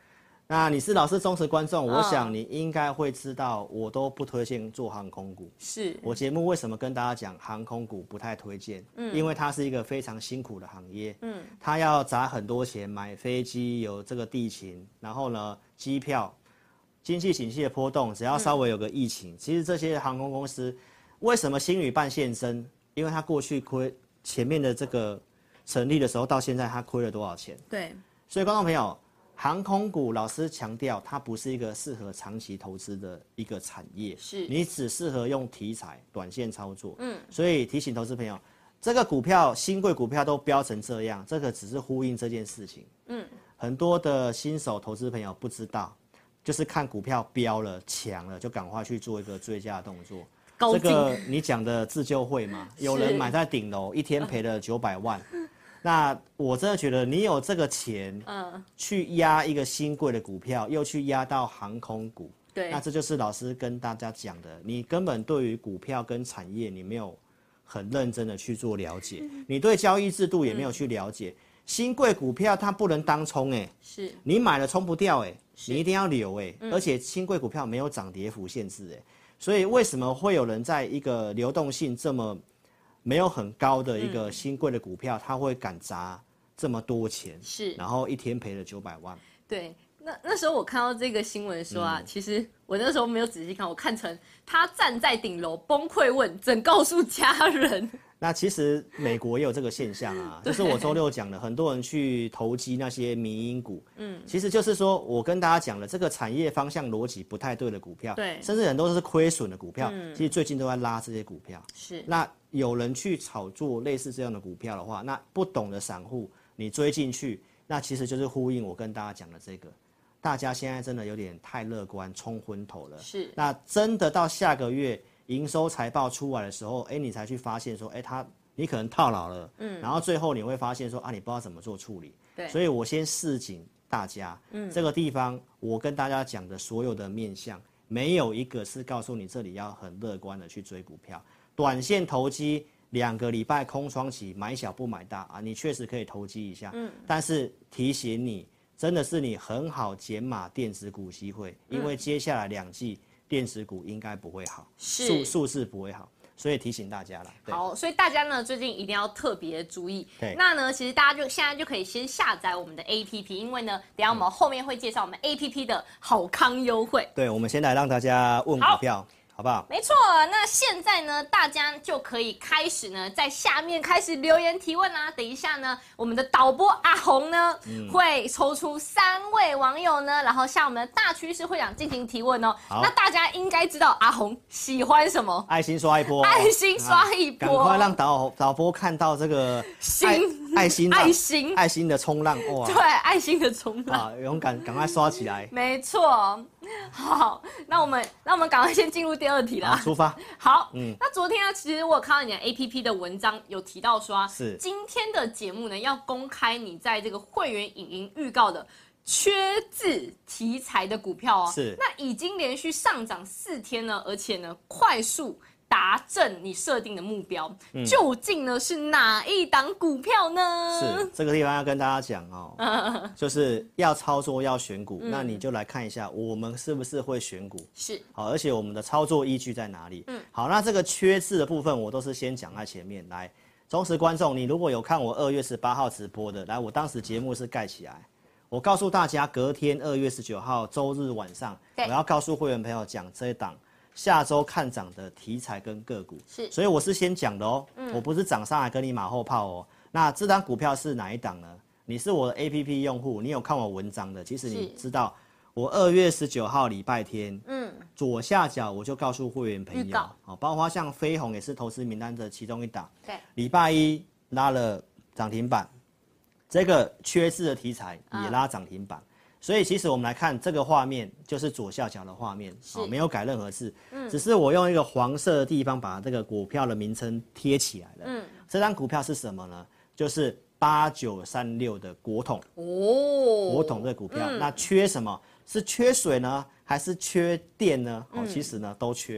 那你是老师忠实观众，我想你应该会知道，我都不推荐做航空股。
是
我节目为什么跟大家讲航空股不太推荐？嗯，因为它是一个非常辛苦的行业。嗯，它要砸很多钱买飞机，有这个地勤，然后呢，机票，经济景气的波动，只要稍微有个疫情，嗯、其实这些航空公司为什么星宇办现身？因为它过去亏前面的这个成立的时候到现在，它亏了多少钱？
对，
所以观众朋友。航空股老师强调，它不是一个适合长期投资的一个产业，
是
你只适合用题材、短线操作。嗯，所以提醒投资朋友，这个股票新贵股票都飙成这样，这个只是呼应这件事情。嗯，很多的新手投资朋友不知道，就是看股票飙了、强了，就赶快去做一个追加的动作。这个你讲的自救会嘛，有人买在顶楼，一天赔了九百万。那我真的觉得你有这个钱，嗯，去压一个新贵的股票，又去压到航空股，
对，
那这就是老师跟大家讲的，你根本对于股票跟产业你没有很认真的去做了解，嗯、你对交易制度也没有去了解。嗯、新贵股票它不能当冲，哎，
是
你买了冲不掉，哎，你一定要留，哎、嗯，而且新贵股票没有涨跌幅限制，哎，所以为什么会有人在一个流动性这么没有很高的一个新贵的股票，他会敢砸这么多钱，
是，
然后一天赔了九百万。
对，那那时候我看到这个新闻说啊，嗯、其实我那时候没有仔细看，我看成他站在顶楼崩溃问，怎告诉家人？
那其实美国也有这个现象啊，就是我周六讲的，很多人去投机那些民营股，嗯，其实就是说我跟大家讲了，这个产业方向逻辑不太对的股票，
对，
甚至很多都是亏损的股票，嗯、其实最近都在拉这些股票，
是。
那有人去炒作类似这样的股票的话，那不懂的散户你追进去，那其实就是呼应我跟大家讲的这个，大家现在真的有点太乐观，冲昏头了，
是。
那真的到下个月。营收财报出来的时候，哎，你才去发现说，哎，他你可能套牢了，嗯，然后最后你会发现说，啊，你不知道怎么做处理，
对，
所以我先示警大家，嗯，这个地方我跟大家讲的所有的面向，没有一个是告诉你这里要很乐观的去追股票，短线投机两个礼拜空窗期，买小不买大啊，你确实可以投机一下，嗯，但是提醒你，真的是你很好减码电子股机会，因为接下来两季。电子股应该不会好，数数字不会好，所以提醒大家了。
好，所以大家呢最近一定要特别注意。
对，
那呢其实大家就现在就可以先下载我们的 A P P， 因为呢等一下我们后面会介绍我们 A P P 的好康优惠。
对，我们先来让大家问股票。好不好？
没错，那现在呢，大家就可以开始呢，在下面开始留言提问啦。等一下呢，我们的导播阿红呢，嗯、会抽出三位网友呢，然后向我们的大趋势会长进行提问哦。那大家应该知道阿红喜欢什么？
爱心刷一波，
爱心刷一波，
赶、啊、快让导导播看到这个
心
爱心
爱心
爱心的冲浪哇！
对，爱心的冲浪
啊，勇敢赶快刷起来。
没错。好，那我们那我们赶快先进入第二题啦。
出发。
好，嗯，那昨天呢，其实我有看到你的 A P P 的文章有提到说，
是
今天的节目呢要公开你在这个会员影音预告的缺字题材的股票哦，
是，
那已经连续上涨四天了，而且呢快速达阵你设定的目标，嗯、究竟呢是哪一档股票呢？
是这个地方要跟大家讲哦，嗯、就是要操作要选股，嗯、那你就来看一下我们是不是会选股，
是
好，而且我们的操作依据在哪里？嗯，好，那这个缺字的部分我都是先讲在前面来。忠实观众，你如果有看我二月十八号直播的，来，我当时节目是盖起来，我告诉大家，隔天二月十九号周日晚上，我要告诉会员朋友讲这一档。下周看涨的题材跟个股，
是，
所以我是先讲的哦，嗯、我不是涨上来跟你马后炮哦。那这档股票是哪一档呢？你是我的 A P P 用户，你有看我文章的，其实你知道，我二月十九号礼拜天，嗯，左下角我就告诉会员朋友，哦，包括像飞鸿也是投资名单的其中一档，
对，
礼拜一拉了涨停板，这个缺字的题材也拉涨停板。嗯，所以其实我们来看这个画面，就是左下角的画面，哦，没有改任何字，嗯，只是我用一个黄色的地方把这个股票的名称贴起来了。嗯，这张股票是什么呢？就是八九三六的国统。哦，国统这个股票，嗯、那缺什么？是缺水呢，还是缺电呢？哦，嗯、其实呢都缺啦。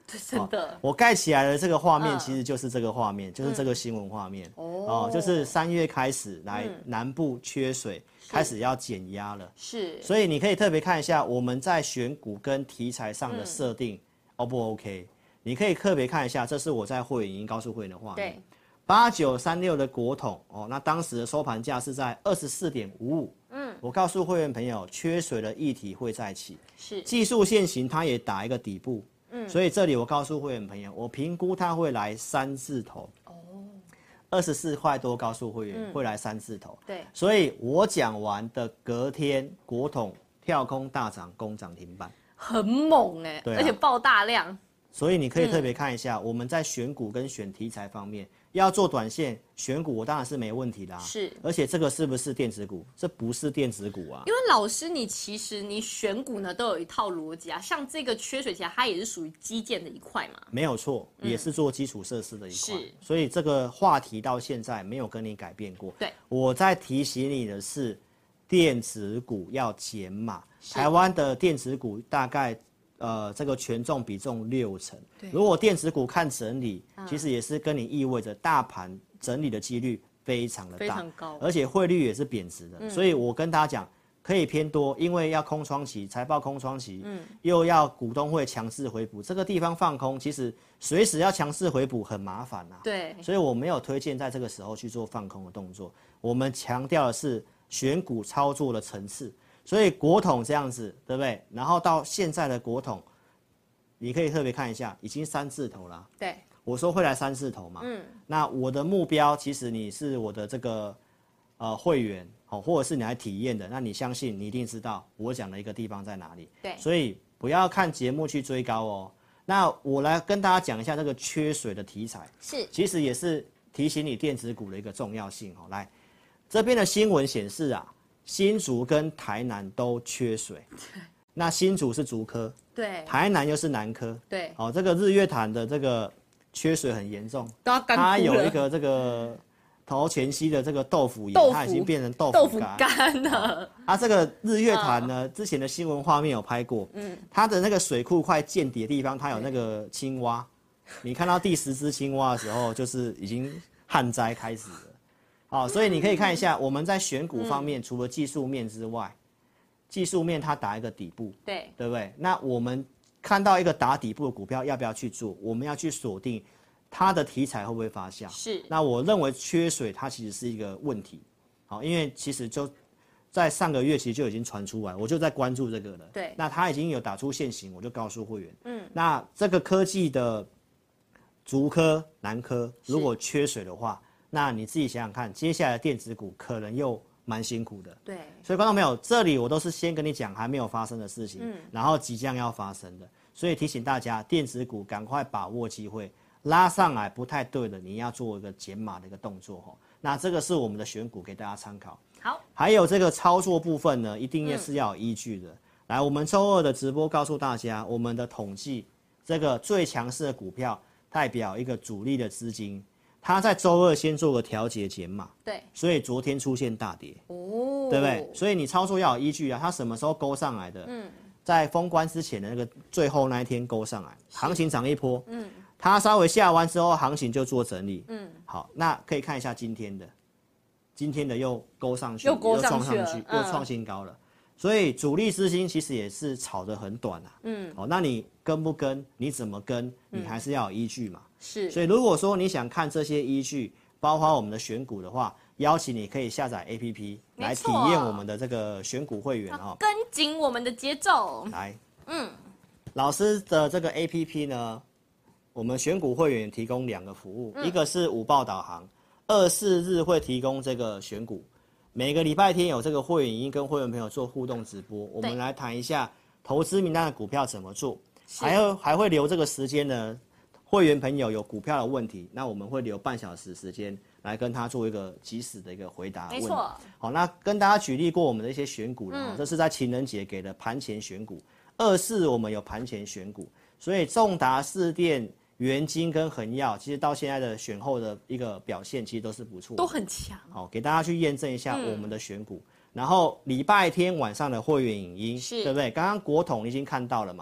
真的，
我盖起来的这个画面其实就是这个画面，嗯、就是这个新闻画面。哦、哦，就是三月开始来南部缺水，嗯、开始要减压了。是，所以你可以特别看一下我们在选股跟题材上的设定、嗯、O 不 OK？ 你可以特别看一下，这是我在会员已经告诉会员的画面。对，八九三六的国统哦，那当时的收盘价是在二十四点五五。嗯，我告诉会员朋友，缺水的议题会再起，是技术线型它也打一个底部。嗯，所以这里我告诉会员朋友，我评估它会来三字头。哦，二十四块多，告诉会员、嗯、会来三字头。对，所以我讲完的隔天，国统跳空大涨，攻涨停板，
很猛哎、欸，对、啊，而且爆大量。
所以你可以特别看一下，嗯、我们在选股跟选题材方面，要做短线选股，我当然是没问题的、啊。是，而且这个是不是电子股？这不是电子股啊。
因为老师，你其实你选股呢都有一套逻辑啊，像这个缺水题材，它也是属于基建的一块嘛。
没有错，也是做基础设施的一块。是、嗯，所以这个话题到现在没有跟你改变过。对，我在提醒你的是，电子股要减码。台湾的电子股大概。呃，这个权重比重六成，如果电子股看整理，嗯、其实也是跟你意味着大盘整理的几率非常的大，非常高，而且汇率也是贬值的，嗯、所以我跟大家讲，可以偏多，因为要空窗期，财报空窗期，嗯、又要股东会强势回补，这个地方放空，其实随时要强势回补很麻烦啊，对，所以我没有推荐在这个时候去做放空的动作，我们强调的是选股操作的层次。所以国统这样子，对不对？然后到现在的国统，你可以特别看一下，已经三字头了。对，我说会来三字头嘛。嗯。那我的目标，其实你是我的这个呃会员，哦，或者是你来体验的，那你相信你一定知道我讲的一个地方在哪里。对。所以不要看节目去追高哦。那我来跟大家讲一下这个缺水的题材。是。其实也是提醒你电子股的一个重要性哦。来，这边的新闻显示啊。新竹跟台南都缺水，那新竹是竹科，对，台南又是南科，对，哦，这个日月潭的这个缺水很严重，它有一个这个头前溪的这个豆腐岩，它已经变成豆腐
豆腐干了。
啊，这个日月潭呢，之前的新闻画面有拍过，嗯，它的那个水库快见底的地方，它有那个青蛙，你看到第十只青蛙的时候，就是已经旱灾开始了。好，所以你可以看一下，我们在选股方面，嗯、除了技术面之外，技术面它打一个底部，对，对不对？那我们看到一个打底部的股票，要不要去做？我们要去锁定它的题材会不会发酵？是。那我认为缺水它其实是一个问题，好，因为其实就在上个月其实就已经传出来，我就在关注这个了。对。那它已经有打出现形，我就告诉会员，嗯，那这个科技的竹科、南科如果缺水的话。那你自己想想看，接下来的电子股可能又蛮辛苦的。对，所以观众朋友，这里我都是先跟你讲还没有发生的事情，嗯，然后即将要发生的，所以提醒大家，电子股赶快把握机会，拉上来不太对的，你要做一个减码的一个动作哈。那这个是我们的选股给大家参考。好，还有这个操作部分呢，一定也是要有依据的。嗯、来，我们周二的直播告诉大家，我们的统计这个最强势的股票代表一个主力的资金。它在周二先做个调节减码，对，所以昨天出现大跌，哦，对不对？所以你操作要有依据啊，它什么时候勾上来的？嗯，在封关之前的那个最后那一天勾上来，行情涨一波，嗯，它稍微下弯之后，行情就做整理，嗯，好，那可以看一下今天的，今天的又勾上去，
又勾上去，
又创上去，嗯、又创新高了。所以主力资金其实也是炒得很短啊，嗯，好，那你跟不跟？你怎么跟？你还是要有依据嘛。是，所以如果说你想看这些依据，包括我们的选股的话，邀请你可以下载 A P P 来体验我们的这个选股会员哦，
跟紧我们的节奏。
来，嗯，老师的这个 A P P 呢，我们选股会员提供两个服务，嗯、一个是午报导航，二四日会提供这个选股，每个礼拜天有这个会员已经跟会员朋友做互动直播，我们来谈一下投资名单的股票怎么做，还有还会留这个时间呢。会员朋友有股票的问题，那我们会留半小时时间来跟他做一个及时的一个回答问题。没错。好，那跟大家举例过我们的一些选股了，嗯、这是在情人节给的盘前选股。二四我们有盘前选股，所以重达、士电、元晶跟恒耀，其实到现在的选后的一个表现，其实都是不错的，
都很强。
好，给大家去验证一下我们的选股。嗯、然后礼拜天晚上的会员影音，是对不对？刚刚国统已经看到了嘛。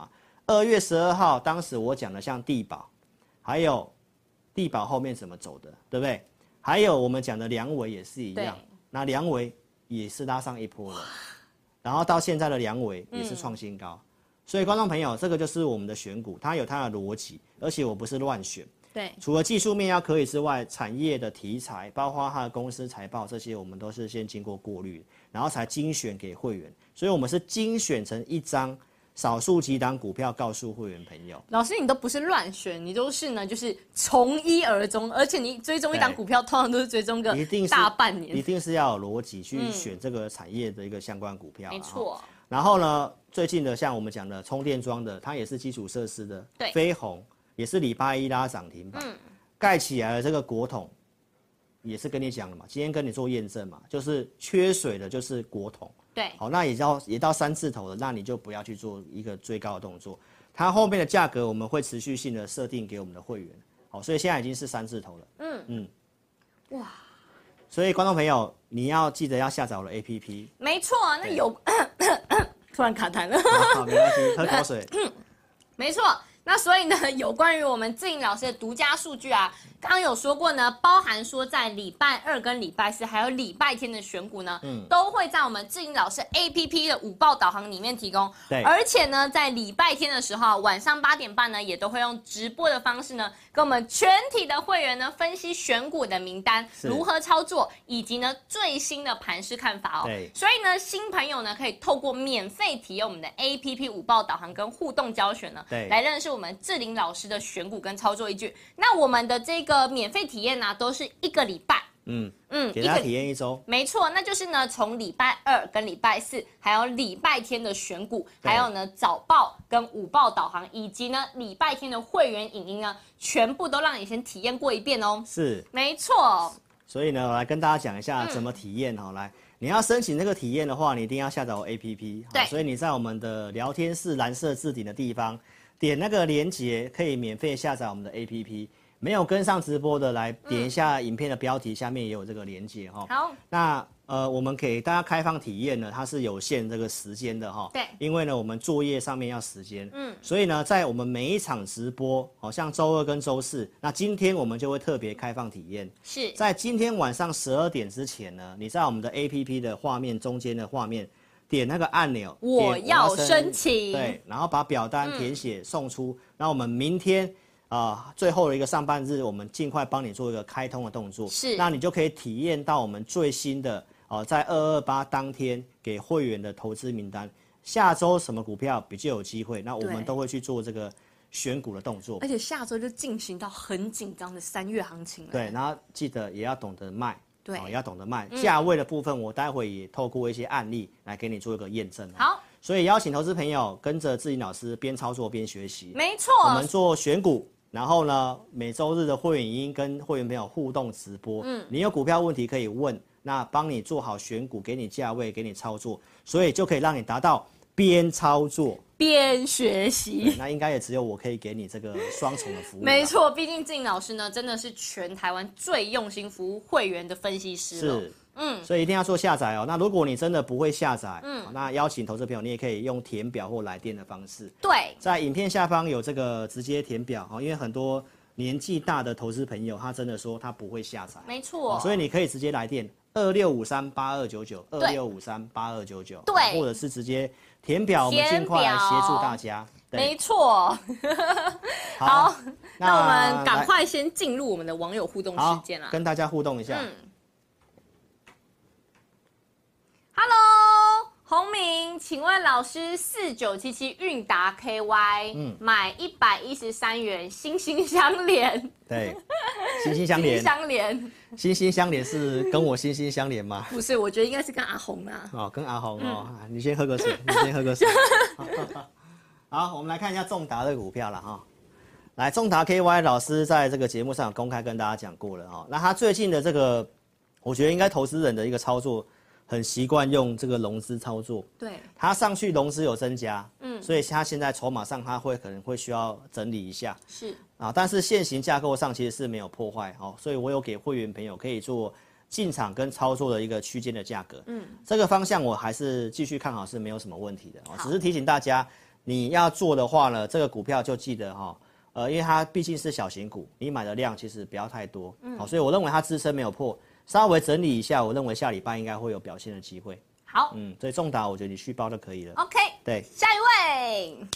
二月十二号，当时我讲的像地保，还有地保后面怎么走的，对不对？还有我们讲的良维也是一样，那良维也是拉上一波了，然后到现在的良维也是创新高，嗯、所以观众朋友，这个就是我们的选股，它有它的逻辑，而且我不是乱选。
对，
除了技术面要可以之外，产业的题材，包括它的公司财报这些，我们都是先经过过滤，然后才精选给会员，所以我们是精选成一张少数几档股票告诉会员朋友。
老师，你都不是乱选，你都是呢，就是从一而终，而且你追踪一档股票，通常都是追踪个大半年，
一定是要有逻辑去选这个产业的一个相关股票。
没错。
然后呢，最近的像我们讲的充电桩的，它也是基础设施的，
对，
飞鸿。也是礼拜一拉涨停板，嗯、盖起来了这个国统，也是跟你讲了嘛，今天跟你做验证嘛，就是缺水的，就是国统，
对，
好，那也到也到三字头了，那你就不要去做一个追高的动作，它后面的价格我们会持续性的设定给我们的会员，好，所以现在已经是三字头了，嗯嗯，哇，所以观众朋友，你要记得要下载我的 A P P，
没错，那有突然卡痰了，
好，没关系，喝口水，
嗯，没错。那所以呢，有关于我们志颖老师的独家数据啊，刚刚有说过呢，包含说在礼拜二跟礼拜四，还有礼拜天的选股呢，嗯，都会在我们志颖老师 A P P 的午报导航里面提供。
对，
而且呢，在礼拜天的时候，晚上八点半呢，也都会用直播的方式呢，跟我们全体的会员呢分析选股的名单，如何操作，以及呢最新的盘势看法哦。
对，
所以呢，新朋友呢可以透过免费体验我们的 A P P 午报导航跟互动教学呢，
对，
来认识我们志玲老师的选股跟操作依据。那我们的这个免费体验呢、啊，都是一个礼拜。
嗯嗯，给大家体验一周，
没错，那就是呢，从礼拜二跟礼拜四，还有礼拜天的选股，还有呢早报跟午报导航，以及呢礼拜天的会员影音呢，全部都让你先体验过一遍哦。
是，
没错。
所以呢，我来跟大家讲一下怎么体验哈、嗯。来，你要申请这个体验的话，你一定要下载我 A P P。
对，
所以你在我们的聊天室蓝色置顶的地方，点那个连结，可以免费下载我们的 A P P。没有跟上直播的，来点一下影片的标题，下面也有这个连结哈。
好，
那呃，我们给大家开放体验呢，它是有限这个时间的哈。
对，
因为呢，我们作业上面要时间，嗯，所以呢，在我们每一场直播，好像周二跟周四，那今天我们就会特别开放体验。
是
在今天晚上十二点之前呢，你在我们的 A P P 的画面中间的画面点那个按钮，
我要申请，
对，然后把表单填写送出，那、嗯、我们明天。啊、呃，最后的一个上半日，我们尽快帮你做一个开通的动作，
是，
那你就可以体验到我们最新的哦、呃，在二二八当天给会员的投资名单，下周什么股票比较有机会，那我们都会去做这个选股的动作，
而且下周就进行到很紧张的三月行情了。
对，然后记得也要懂得卖，
对，
哦、也要懂得卖，价、嗯、位的部分我待会也透过一些案例来给你做一个验证。
好，
所以邀请投资朋友跟着志颖老师边操作边学习，
没错，
我们做选股。然后呢，每周日的会员影音跟会员朋友互动直播，嗯，你有股票问题可以问，那帮你做好选股，给你价位，给你操作，所以就可以让你达到边操作
边学习。
那应该也只有我可以给你这个双重的服务。
没错，毕竟志颖老师呢，真的是全台湾最用心服务会员的分析师了。
是。嗯，所以一定要做下载哦。那如果你真的不会下载，嗯，那邀请投资朋友，你也可以用填表或来电的方式。
对，
在影片下方有这个直接填表哦，因为很多年纪大的投资朋友，他真的说他不会下载，
没错、哦，
所以你可以直接来电二六五三八二九九二六五三八二九九，
对，
或者是直接填表，我们尽快来协助大家。
没错。好，好那, 那我们赶快先进入我们的网友互动时间啦，
跟大家互动一下。嗯
Hello， 洪明，请问老师，四九七七韵达 K Y， 嗯，买一百一十三元，心心相连。
对，心心相连。
相连。
心心相连是跟我心心相连吗？
不是，我觉得应该是跟阿红啊。
哦，跟阿红哦、嗯，你先喝个水，你先喝个水。好，我们来看一下重达的股票了哈。来，重达 K Y 老师在这个节目上有公开跟大家讲过了哈。那他最近的这个，我觉得应该投资人的一个操作。很习惯用这个融资操作，
对，
它上去融资有增加，嗯，所以它现在筹码上它会可能会需要整理一下，
是
啊，但是现行架构上其实是没有破坏哦，所以我有给会员朋友可以做进场跟操作的一个区间的价格，嗯，这个方向我还是继续看好是没有什么问题的哦，只是提醒大家， 你要做的话呢，这个股票就记得哈、哦，呃，因为它毕竟是小型股，你买的量其实不要太多，嗯，好，所以我认为它支撑没有破，稍微整理一下，我认为下礼拜应该会有表现的机会。
好，
嗯，所以重达我觉得你续报就可以了。
OK，
对，
下一位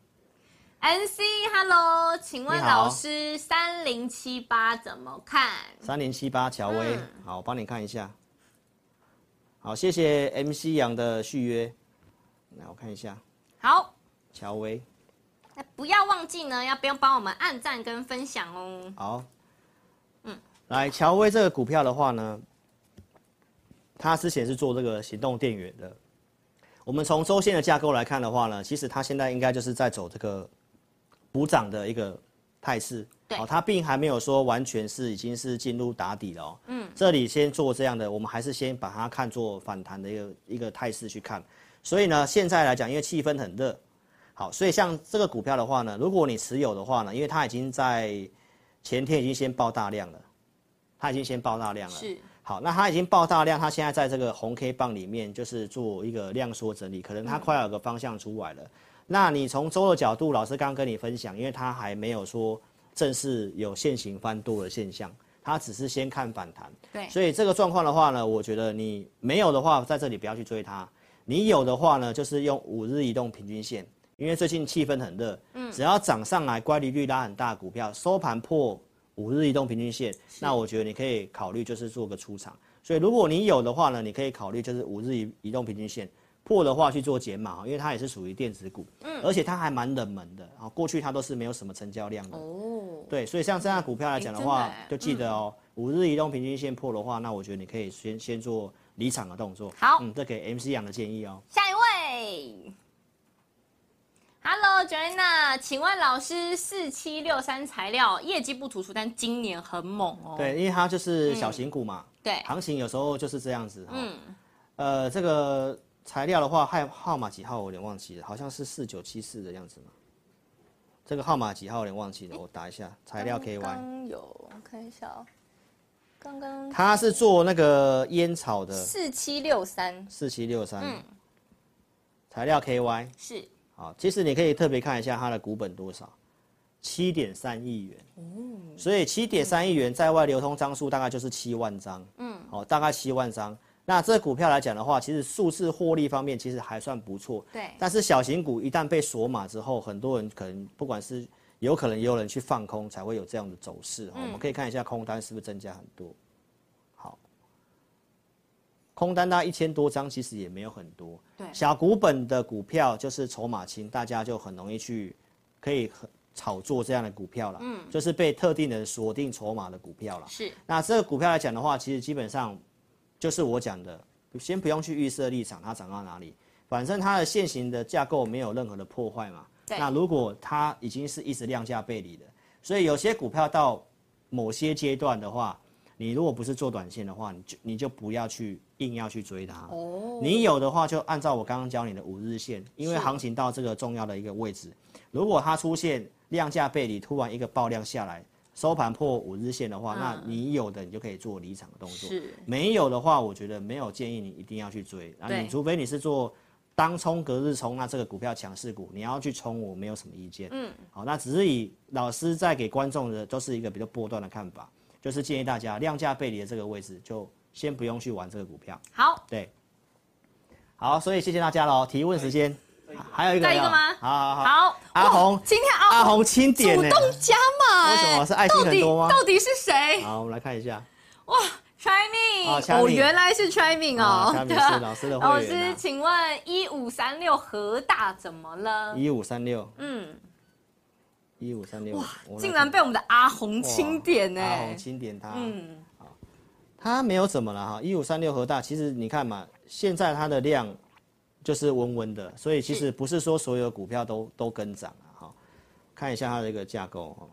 ，N C，Hello， 请问老师三零七八怎么看？
三零七八乔威，嗯、好，我帮你看一下。好，谢谢 M C 杨的续约，来我看一下。
好，
乔威，
那不要忘记呢，要不要帮我们按赞跟分享哦？
好，嗯，来乔威这个股票的话呢。它之前是做这个行动电源的，我们从周线的架构来看的话呢，其实它现在应该就是在走这个补涨的一个态势，对，哦，它并还没有说完全是已经是进入打底了哦，嗯，这里先做这样的，我们还是先把它看作反弹的一个一个态势去看，所以呢，现在来讲，因为气氛很热，好，所以像这个股票的话呢，如果你持有的话呢，因为它已经在前天已经先爆大量了，它已经先爆大量了，是。好，那它已经爆大量，它现在在这个红 K 棒里面就是做一个量缩整理，可能它快要有个方向出来了。嗯、那你从周的角度，老师刚刚跟你分享，因为它还没有说正式有现行翻多的现象，它只是先看反弹。对，所以这个状况的话呢，我觉得你没有的话，在这里不要去追它；你有的话呢，就是用五日移动平均线，因为最近气氛很热，嗯，只要涨上来，乖离率拉很大的股票，收盘破五日移动平均线，那我觉得你可以考虑就是做个出场。所以如果你有的话呢，你可以考虑就是五日移移动平均线破的话去做减码，因为它也是属于电子股，嗯，而且它还蛮冷门的啊，过去它都是没有什么成交量的。哦，对，所以像这样的股票来讲的话，欸、就记得哦，五、嗯、日移动平均线破的话，那我觉得你可以先先做离场的动作。好，嗯，这给 M C 杨的建议哦。
下一位。Hello Joanna， 请问老师四七六三材料业绩不突出，但今年很猛哦。
对，因为它就是小型股嘛，
嗯、对，
行情有时候就是这样子。嗯，呃，这个材料的话，号号码几号我有点忘记了，好像是四九七四的样子嘛。这个号码几号有点忘记了，我打一下材料 K Y。
刚刚有，我看一下哦。刚刚
它是做那个烟草的。
四七六三。
四七六三。嗯。材料 K Y
是。
好，其实你可以特别看一下它的股本多少，七点三亿元。哦，所以七点三亿元在外流通张数大概就是七万张。嗯，好，大概七万张。那这股票来讲的话，其实数字获利方面其实还算不错。对。但是小型股一旦被锁码之后，很多人可能不管是有可能也有人去放空，才会有这样的走势。嗯、我们可以看一下空单是不是增加很多。好，空单大概一千多张，其实也没有很多。对，小股本的股票就是筹码轻，大家就很容易去可以炒作这样的股票了。嗯，就是被特定人锁定筹码的股票了。是，那这个股票来讲的话，其实基本上就是我讲的，先不用去预设立场，它涨到哪里，反正它的现行的架构没有任何的破坏嘛。对。那如果它已经是一直量价背离的，所以有些股票到某些阶段的话，你如果不是做短线的话，你就你就不要去硬要去追它。哦。你有的话就按照我刚刚教你的五日线，因为行情到这个重要的一个位置，如果它出现量价背离，突然一个爆量下来，收盘破五日线的话，嗯、那你有的你就可以做离场的动作。是。没有的话，我觉得没有建议你一定要去追。啊，你除非你是做当冲隔日冲，那这个股票强势股，你要去冲，我没有什么意见。嗯。好，那只是以老师在给观众的都是一个比较波段的看法。就是建议大家量价背离的这个位置，就先不用去玩这个股票。
好，
对，好，所以谢谢大家喽。提问时间，还有一个，
再一个吗？
好好好。
好，
阿红，
今天阿
阿红钦点
主动加码，
为什么是爱心很多吗？
到底是谁？
好，我们来看一下。
哇 ，Triming， 哦，原来是 Triming 哦。
Triming是老师的会员。
老师，请问一五三六和大怎么了？
一五三六，嗯。一五三六，哇，
竟然被我们的阿红钦点呢！
阿红钦点他，嗯，好，他没有怎么了哈。一五三六和大，其实你看嘛，现在它的量就是温温的，所以其实不是说所有股票都都跟涨啊。哈，看一下它的一个架构哈。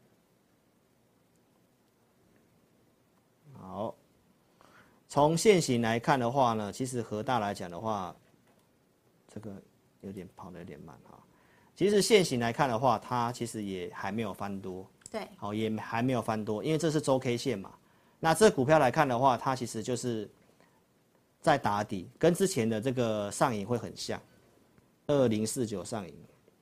好，从现行来看的话呢，其实和大来讲的话，这个有点跑得有点慢哈。其实现行来看的话，它其实也还没有翻多，对，好，也还没有翻多，因为这是周 K 线嘛。那这股票来看的话，它其实就是在打底，跟之前的这个上影会很像，二零四九上影，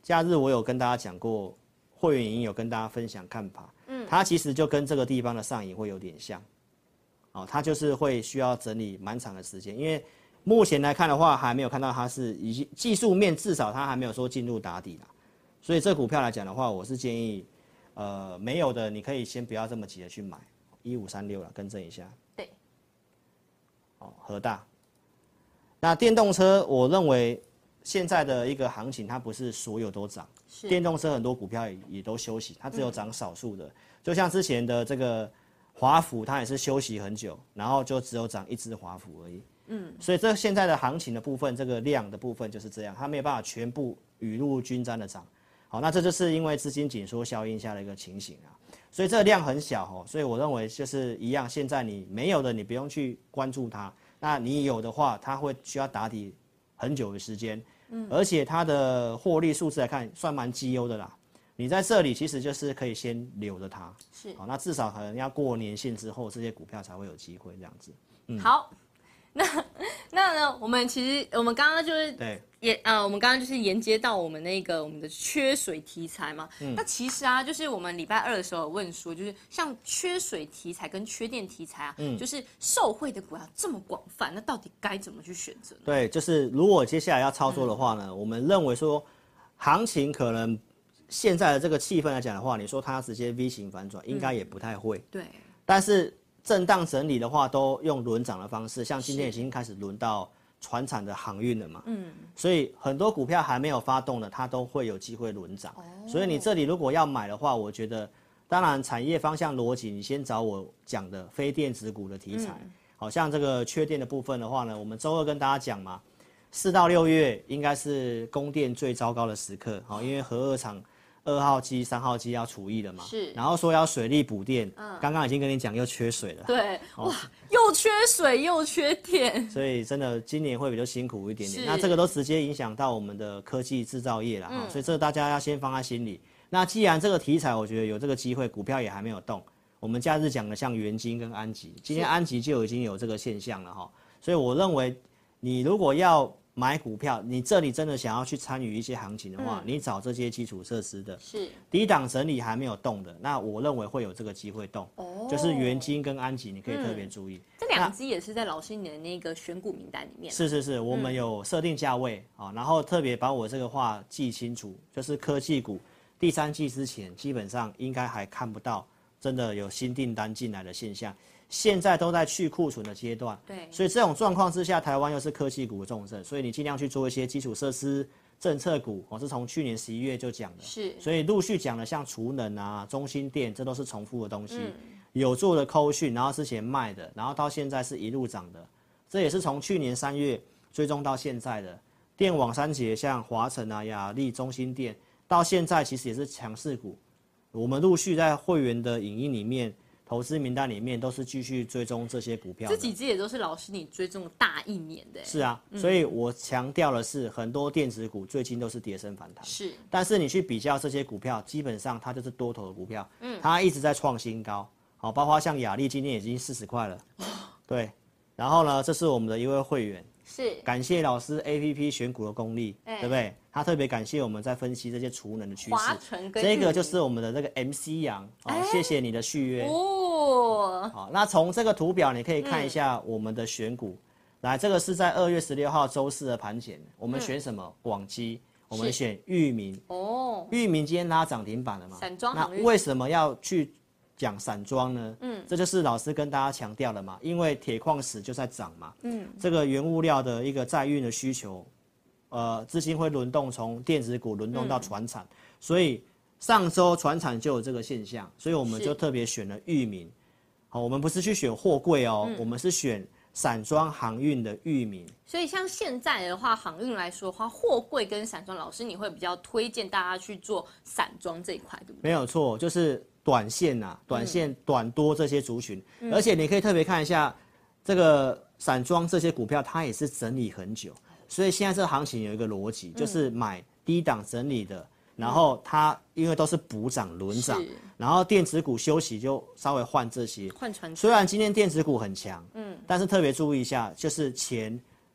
假日我有跟大家讲过，会员营有跟大家分享看法，嗯，它其实就跟这个地方的上影会有点像，哦，它就是会需要整理蛮长的时间，因为目前来看的话，还没有看到它是已经技术面至少它还没有说进入打底啦，所以这股票来讲的话，我是建议，呃，没有的你可以先不要这么急的去买，一五三六了，更正一下，
对，
哦，和大。那电动车，我认为现在的一个行情，它不是所有都涨，电动车很多股票也也都休息，它只有涨少数的，嗯、就像之前的这个华孚，它也是休息很久，然后就只有涨一只华孚而已。嗯，所以这现在的行情的部分，这个量的部分就是这样，它没有办法全部雨露均沾的涨。好，那这就是因为资金紧缩效应下的一个情形啊，所以这个量很小哦，所以我认为就是一样，现在你没有的，你不用去关注它。那你有的话，它会需要打底很久的时间，嗯，而且它的获利数字来看，算蛮绩优的啦。你在这里其实就是可以先留着它，
是，
好，那至少可能要过年限之后，这些股票才会有机会这样子。
嗯，好，那那呢，我们其实我们刚刚就是
对。
也呃，我们刚刚就是沿接到我们那个我们的缺水题材嘛。嗯、那其实啊，就是我们礼拜二的时候有问说，就是像缺水题材跟缺电题材啊，嗯、就是受惠的股票这么广泛，那到底该怎么去选择呢？
对，就是如果接下来要操作的话呢，嗯、我们认为说，行情可能现在的这个气氛来讲的话，你说它直接 V 型反转，应该也不太会。
嗯、对。
但是震荡整理的话，都用轮涨的方式，像今天已经开始轮到传产的航运了嘛，嗯，所以很多股票还没有发动的，它都会有机会轮涨。哦、所以你这里如果要买的话，我觉得，当然产业方向逻辑，你先找我讲的非电子股的题材，嗯、好像这个缺电的部分的话呢，我们周二跟大家讲嘛，四到六月应该是供电最糟糕的时刻，好，因为核二厂二号机、三号机要除役了嘛，
是，
然后说要水利补电，嗯，刚刚已经跟你讲又缺水了，
对，哦、哇，又缺水又缺电，
所以真的今年会比较辛苦一点点。那这个都直接影响到我们的科技制造业啦，嗯、所以这个大家要先放在心里。那既然这个题材，我觉得有这个机会，股票也还没有动，我们假日讲的像元晶跟安吉，今天安吉就已经有这个现象了哈，所以我认为你如果要买股票，你这里真的想要去参与一些行情的话，嗯、你找这些基础设施的，
是
低档整理还没有动的，那我认为会有这个机会动，哦、就是元晶跟安吉，你可以特别注意。嗯、
这两只也是在老师你的那个选股名单里面。
是是是，我们有设定价位啊、嗯，然后特别把我这个话记清楚，就是科技股第三季之前基本上应该还看不到真的有新订单进来的现象。现在都在去库存的阶段，
对，
所以这种状况之下，台湾又是科技股的重镇，所以你尽量去做一些基础设施政策股，我是从去年十一月就讲的，
是，
所以陆续讲的像储能啊、中兴电，这都是重复的东西，嗯、有做的扣讯，然后之前卖的，然后到现在是一路涨的，这也是从去年三月追踪到现在的电网三杰，像华城啊、亚力、中兴电，到现在其实也是强势股，我们陆续在会员的影音里面。投资名单里面都是继续追踪这些股票，
这几只也都是老师你追踪大一年的。
是啊，嗯、所以我强调的是，很多电子股最近都是跌升反弹。
是，
但是你去比较这些股票，基本上它就是多头的股票，嗯，它一直在创新高。好，包括像亚力今天已经四十块了，对。然后呢，这是我们的一位会员，
是
感谢老师 A P P 选股的功力，欸、对不对？他特别感谢我们在分析这些储能的趋势，这个就是我们的这个 M C 阳，哦，欸、谢谢你的续约哦。好，那从这个图表你可以看一下我们的选股，嗯、来，这个是在二月十六号周四的盘前，我们选什么？广基，我们选裕民哦，裕民今天拉涨停板了嘛？
散装，
那为什么要去讲散装呢？嗯，这就是老师跟大家强调的嘛，因为铁矿石就在涨嘛，嗯，这个原物料的一个载运的需求。呃，资金会轮动，从电子股轮动到传产，嗯、所以上周传产就有这个现象，所以我们就特别选了裕民。好，我们不是去选货柜哦，嗯、我们是选散装航运的裕民。
所以像现在的话，航运来说的话，货柜跟散装，老师你会比较推荐大家去做散装这一块，对不对？
没有错，就是短线呐、啊，短线、短多这些族群，嗯、而且你可以特别看一下这个散装这些股票，它也是整理很久。所以现在这个行情有一个逻辑，就是买低档整理的，嗯、然后它因为都是补涨轮涨，然后电子股休息就稍微换这些。
换传。
虽然今天电子股很强，嗯，但是特别注意一下，就是钱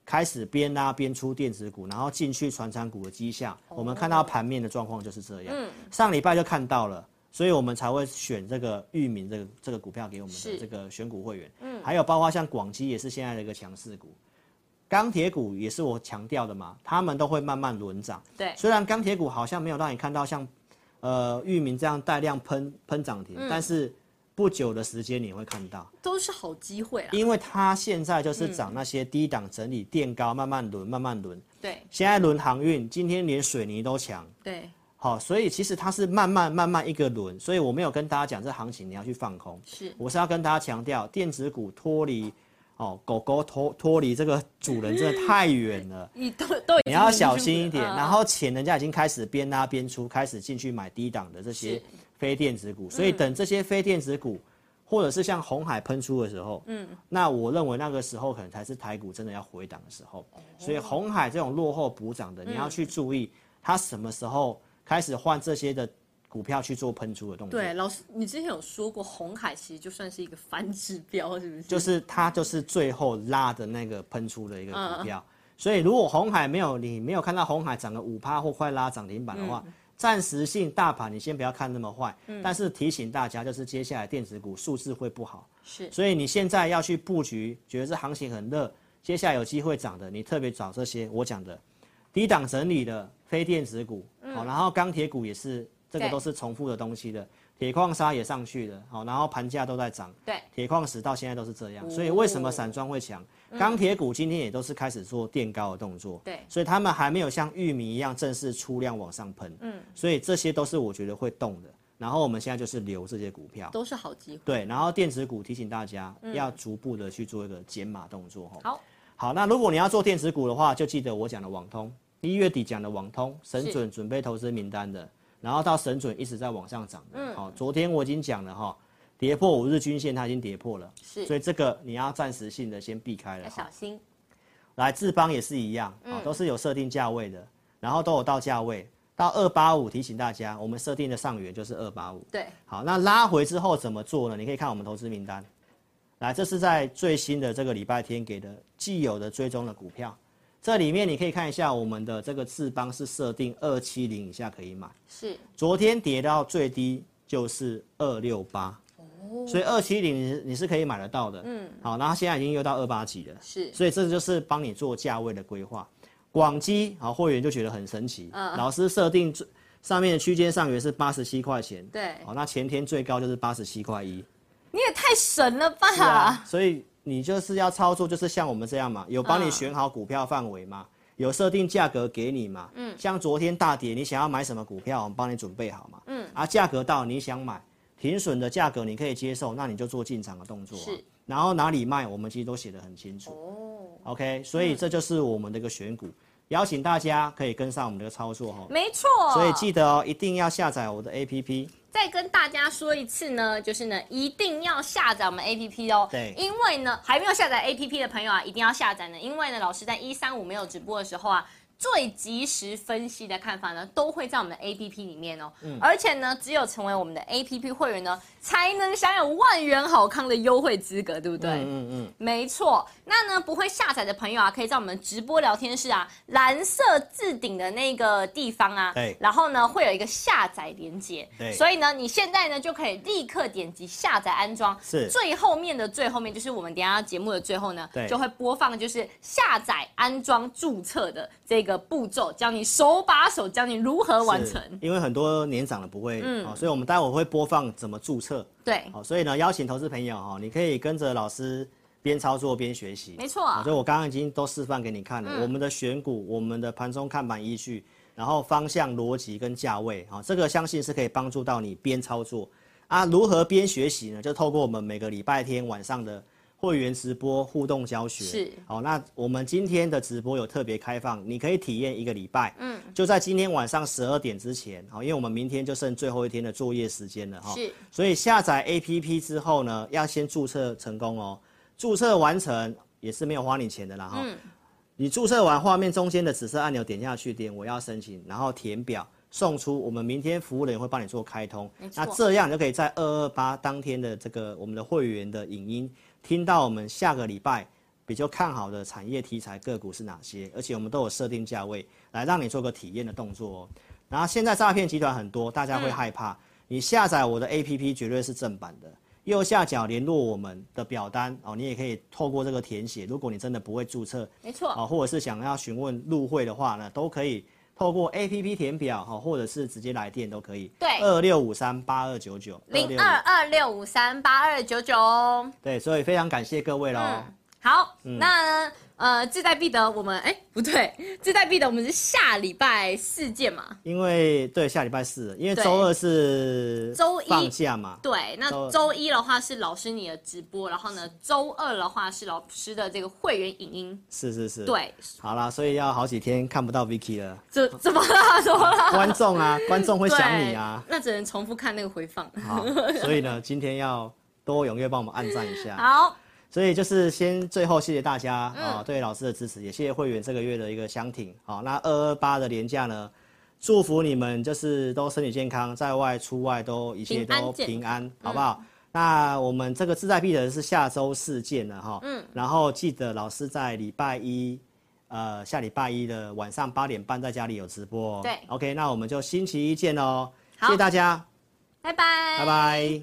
开始边拉边出电子股，然后进去传产股的迹象。哦、我们看到盘面的状况就是这样。嗯，上礼拜就看到了，所以我们才会选这个裕民这个这个股票给我们的这个选股会员。嗯，还有包括像广基也是现在的一个强势股，钢铁股也是我强调的嘛，他们都会慢慢轮涨。
对，
虽然钢铁股好像没有让你看到像呃裕民这样带量喷喷涨停，嗯、但是不久的时间你会看到，
都是好机会啦。
因为它现在就是涨那些低档整理垫高，慢慢轮，慢慢轮。
对，
现在轮航运，今天连水泥都强。
对，
好，所以其实它是慢慢慢慢一个轮，所以我没有跟大家讲这行情你要去放空，
是，
我是要跟大家强调，电子股脱离哦狗狗脱脱离这个主人真的太远了，
你都都
你要小心一点。嗯、然后钱人家已经开始边拉边出，开始进去买低档的这些非电子股，所以等这些非电子股。或者是像鸿海喷出的时候，嗯，那我认为那个时候可能才是台股真的要回档的时候，哦、所以鸿海这种落后补涨的，嗯、你要去注意它什么时候开始换这些的股票去做喷出的动作。
对，老师，你之前有说过鸿海其实就算是一个反指标，是不是？
就是它就是最后拉的那个喷出的一个股票，嗯、所以如果鸿海没有你没有看到鸿海涨了五趴或快拉涨停板的话。嗯暂时性大盘你先不要看那么坏，嗯、但是提醒大家，就是接下来电子股数字会不好，
是，
所以你现在要去布局，觉得这行情很热，接下来有机会涨的，你特别找这些我讲的低档整理的非电子股，好、嗯，然后钢铁股也是，这个都是重复的东西的，铁矿砂也上去了，好，然后盘价都在涨，
对，
铁矿石到现在都是这样，所以为什么散装会强？钢铁股今天也都是开始做垫高的动作，
对，
所以他们还没有像玉米一样正式出量往上喷，嗯，所以这些都是我觉得会动的。然后我们现在就是留这些股票，
都是好机会。
对，然后电子股提醒大家、嗯、要逐步的去做一个减码动作。
好，
好，那如果你要做电子股的话，就记得我讲的网通，一月底讲的网通，神准准备投资名单的，然后到神准一直在往上涨的。嗯，好，昨天我已经讲了哈。跌破五日均线，它已经跌破了，
是，
所以这个你要暂时性的先避开了，
要小心。
来，智邦也是一样，嗯、都是有设定价位的，然后都有到价位，到二八五，提醒大家，我们设定的上缘就是二八五。
对，
好，那拉回之后怎么做呢？你可以看我们投资名单，来，这是在最新的这个礼拜天给的既有的追踪的股票，这里面你可以看一下我们的这个智邦是设定二七零以下可以买，
是，
昨天跌到最低就是二六八。所以二七零你是可以买得到的，嗯，好，然后现在已经又到二八几了，
是，
所以这就是帮你做价位的规划。广基，好，会员就觉得很神奇，嗯、老师设定上面的区间上缘是八十七块钱，
对，
好，那前天最高就是八十七块一，
你也太神了吧！
是啊，所以你就是要操作，就是像我们这样嘛，有帮你选好股票范围嘛，嗯、有设定价格给你嘛，嗯，像昨天大跌，你想要买什么股票，我们帮你准备好嘛，嗯，啊，价格到你想买。停损的价格你可以接受，那你就做进场的动作、啊。
是，
然后哪里卖，我们其实都写得很清楚。哦 ，OK， 所以这就是我们的一个选股，嗯、邀请大家可以跟上我们的操作哈。
没错。
所以记得哦，一定要下载我的 A P P。
再跟大家说一次呢，就是呢，一定要下载我们 A P P 哦。
对。
因为呢，还没有下载 A P P 的朋友啊，一定要下载呢，因为呢，老师在一三五没有直播的时候啊。最及时分析的看法呢，都会在我们的 A P P 里面哦。嗯、而且呢，只有成为我们的 A P P 会员呢，才能享有万元好康的优惠资格，对不对？嗯嗯嗯，没错。那呢，不会下载的朋友啊，可以在我们直播聊天室啊，蓝色置顶的那个地方啊，
对。
然后呢，会有一个下载连结。
对。
所以呢，你现在呢就可以立刻点击下载安装。
是。
最后面的最后面，就是我们等一下节目的最后呢，就会播放就是下载安装注册的这个步骤。教你手把手教你如何完成，
因为很多年长的不会，嗯、哦，所以我们待会会播放怎么注册，
对，
好、哦，所以呢，邀请投资朋友哈、哦，你可以跟着老师边操作边学习，
没错、
哦，所以我刚刚已经都示范给你看了，嗯、我们的选股，我们的盘中看盘依据，然后方向逻辑跟价位，啊、哦，这个相信是可以帮助到你边操作啊，如何边学习呢？就透过我们每个礼拜天晚上的会员直播互动教学
是
好，那我们今天的直播有特别开放，你可以体验一个礼拜，嗯，就在今天晚上十二点之前，好，因为我们明天就剩最后一天的作业时间了哈，
是，
所以下载 A P P 之后呢，要先注册成功哦，注册完成也是没有花你钱的啦哈，嗯，你注册完画面中间的紫色按钮点下去，点我要申请，然后填表。送出，我们明天服务人员会帮你做开通，那这样你就可以在二二八当天的这个我们的会员的影音，听到我们下个礼拜比较看好的产业题材个股是哪些，而且我们都有设定价位来让你做个体验的动作哦。然后现在诈骗集团很多，大家会害怕，嗯、你下载我的 A P P 绝对是正版的。右下角联络我们的表单哦，你也可以透过这个填写。如果你真的不会注册，
没错
哦，或者是想要询问入会的话呢，都可以透过 A P P 填表哈，或者是直接来电都可以。
对，
二六五三八二九九
零二二六五三八二九九哦。
对，所以非常感谢各位喽。
嗯、好，嗯、那呃，志在必得，我们哎不对，志在必得，我们是下礼拜四见嘛？
因为对下礼拜四，因为周二是
周一
放假嘛。
对，那周一的话是老师你的直播，然后呢，周二的话是老师的这个会员影音。
是是是。
对，
好啦，所以要好几天看不到 Vicky 了。
怎怎么了？怎么了？
观众啊，观众会想你啊。
那只能重复看那个回放。
好，所以呢，今天要多踊跃帮我们按赞一下。
好。
所以就是先最后谢谢大家啊、嗯哦，对老师的支持，也谢谢会员这个月的一个相挺。好、哦，那二二八的连假呢，祝福你们就是都身体健康，在外出外都一切都平安，平安好不好？嗯、那我们这个志在必得是下周四见了哈。嗯。然后记得老师在礼拜一，呃，下礼拜一的晚上八点半在家里有直播、哦。
对。
OK， 那我们就星期一见喽。谢谢大家。
拜拜。
拜拜。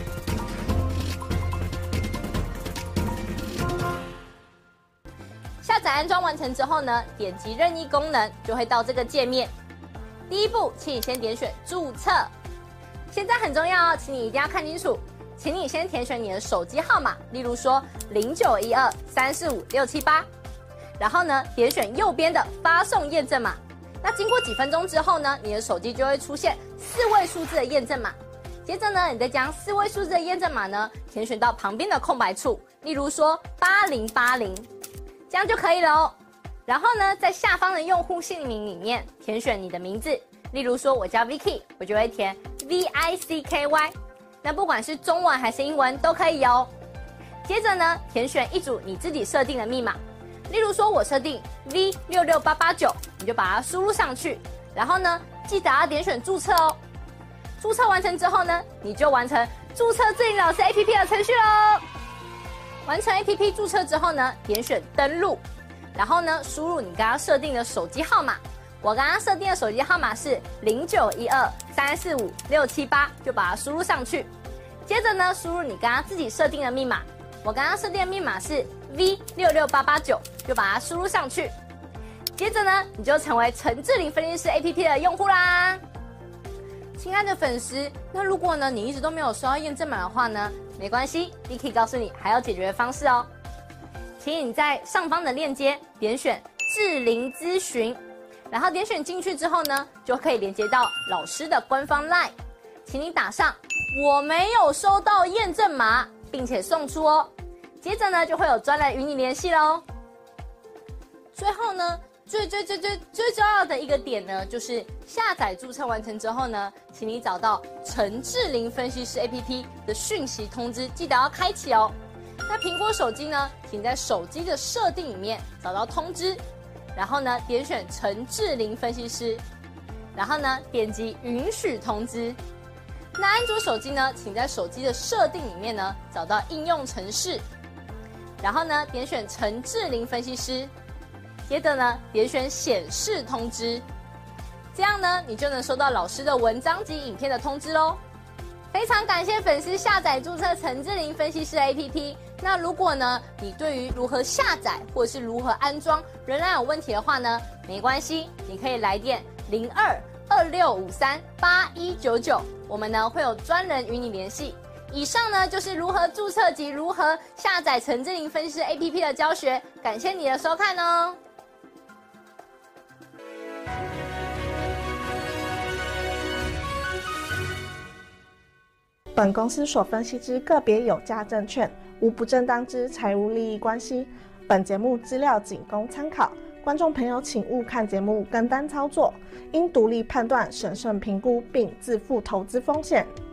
下载安装完成之后呢，点击任意功能就会到这个界面。第一步，请你先点选注册。现在很重要哦，请你一定要看清楚，请你先填选你的手机号码，例如说零九一二三四五六七八，然后呢，点选右边的发送验证码。那经过几分钟之后呢，你的手机就会出现四位数字的验证码。接着呢，你再将四位数字的验证码呢填选到旁边的空白处，例如说八零八零。这样就可以了哦。然后呢，在下方的用户姓名里面填选你的名字，例如说我叫 Vicky， 我就会填 V I C K Y。那不管是中文还是英文都可以哦。接着呢，填选一组你自己设定的密码，例如说我设定 V 六六八八九，你就把它输入上去。然后呢，记得要点选注册哦。注册完成之后呢，你就完成注册志玲老师 A P P 的程序喽。完成 A P P 注册之后呢，点选登录，然后呢，输入你刚刚设定的手机号码。我刚刚设定的手机号码是零九一二三四五六七八，就把它输入上去。接着呢，输入你刚刚自己设定的密码。我刚刚设定的密码是 V 六六八八九，就把它输入上去。接着呢，你就成为陈志玲分析师 A P P 的用户啦。亲爱的粉丝，那如果呢你一直都没有收到验证码的话呢，没关系 ，Vicky 告诉你还有解决方式哦。请你在上方的链接点选志玲咨询，然后点选进去之后呢，就可以连接到老师的官方 LINE， 请你打上我没有收到验证码，并且送出哦。接着呢，就会有专人与你联系喽。最后呢，最最最最最重要的一个点呢，就是下载注册完成之后呢，请你找到陈志玲分析师 A P P 的讯息通知，记得要开启哦。那苹果手机呢，请在手机的设定里面找到通知，然后呢点选陈志玲分析师，然后呢点击允许通知。那安卓手机呢，请在手机的设定里面呢找到应用程式，然后呢点选陈志玲分析师。接着呢，点选显示通知，这样呢，你就能收到老师的文章及影片的通知喽。非常感谢粉丝下载注册陈志玲分析师 A P P。那如果呢，你对于如何下载或者是如何安装仍然有问题的话呢，没关系，你可以来电零二二六五三八一九九，我们呢会有专人与你联系。以上呢就是如何注册及如何下载陈志玲分析师 A P P 的教学，感谢你的收看哦。
本公司所分析之个别有价证券，无不正当之财务利益关系。本节目资料仅供参考，观众朋友请勿看节目跟单操作，应独立判断、审慎评估并自负投资风险。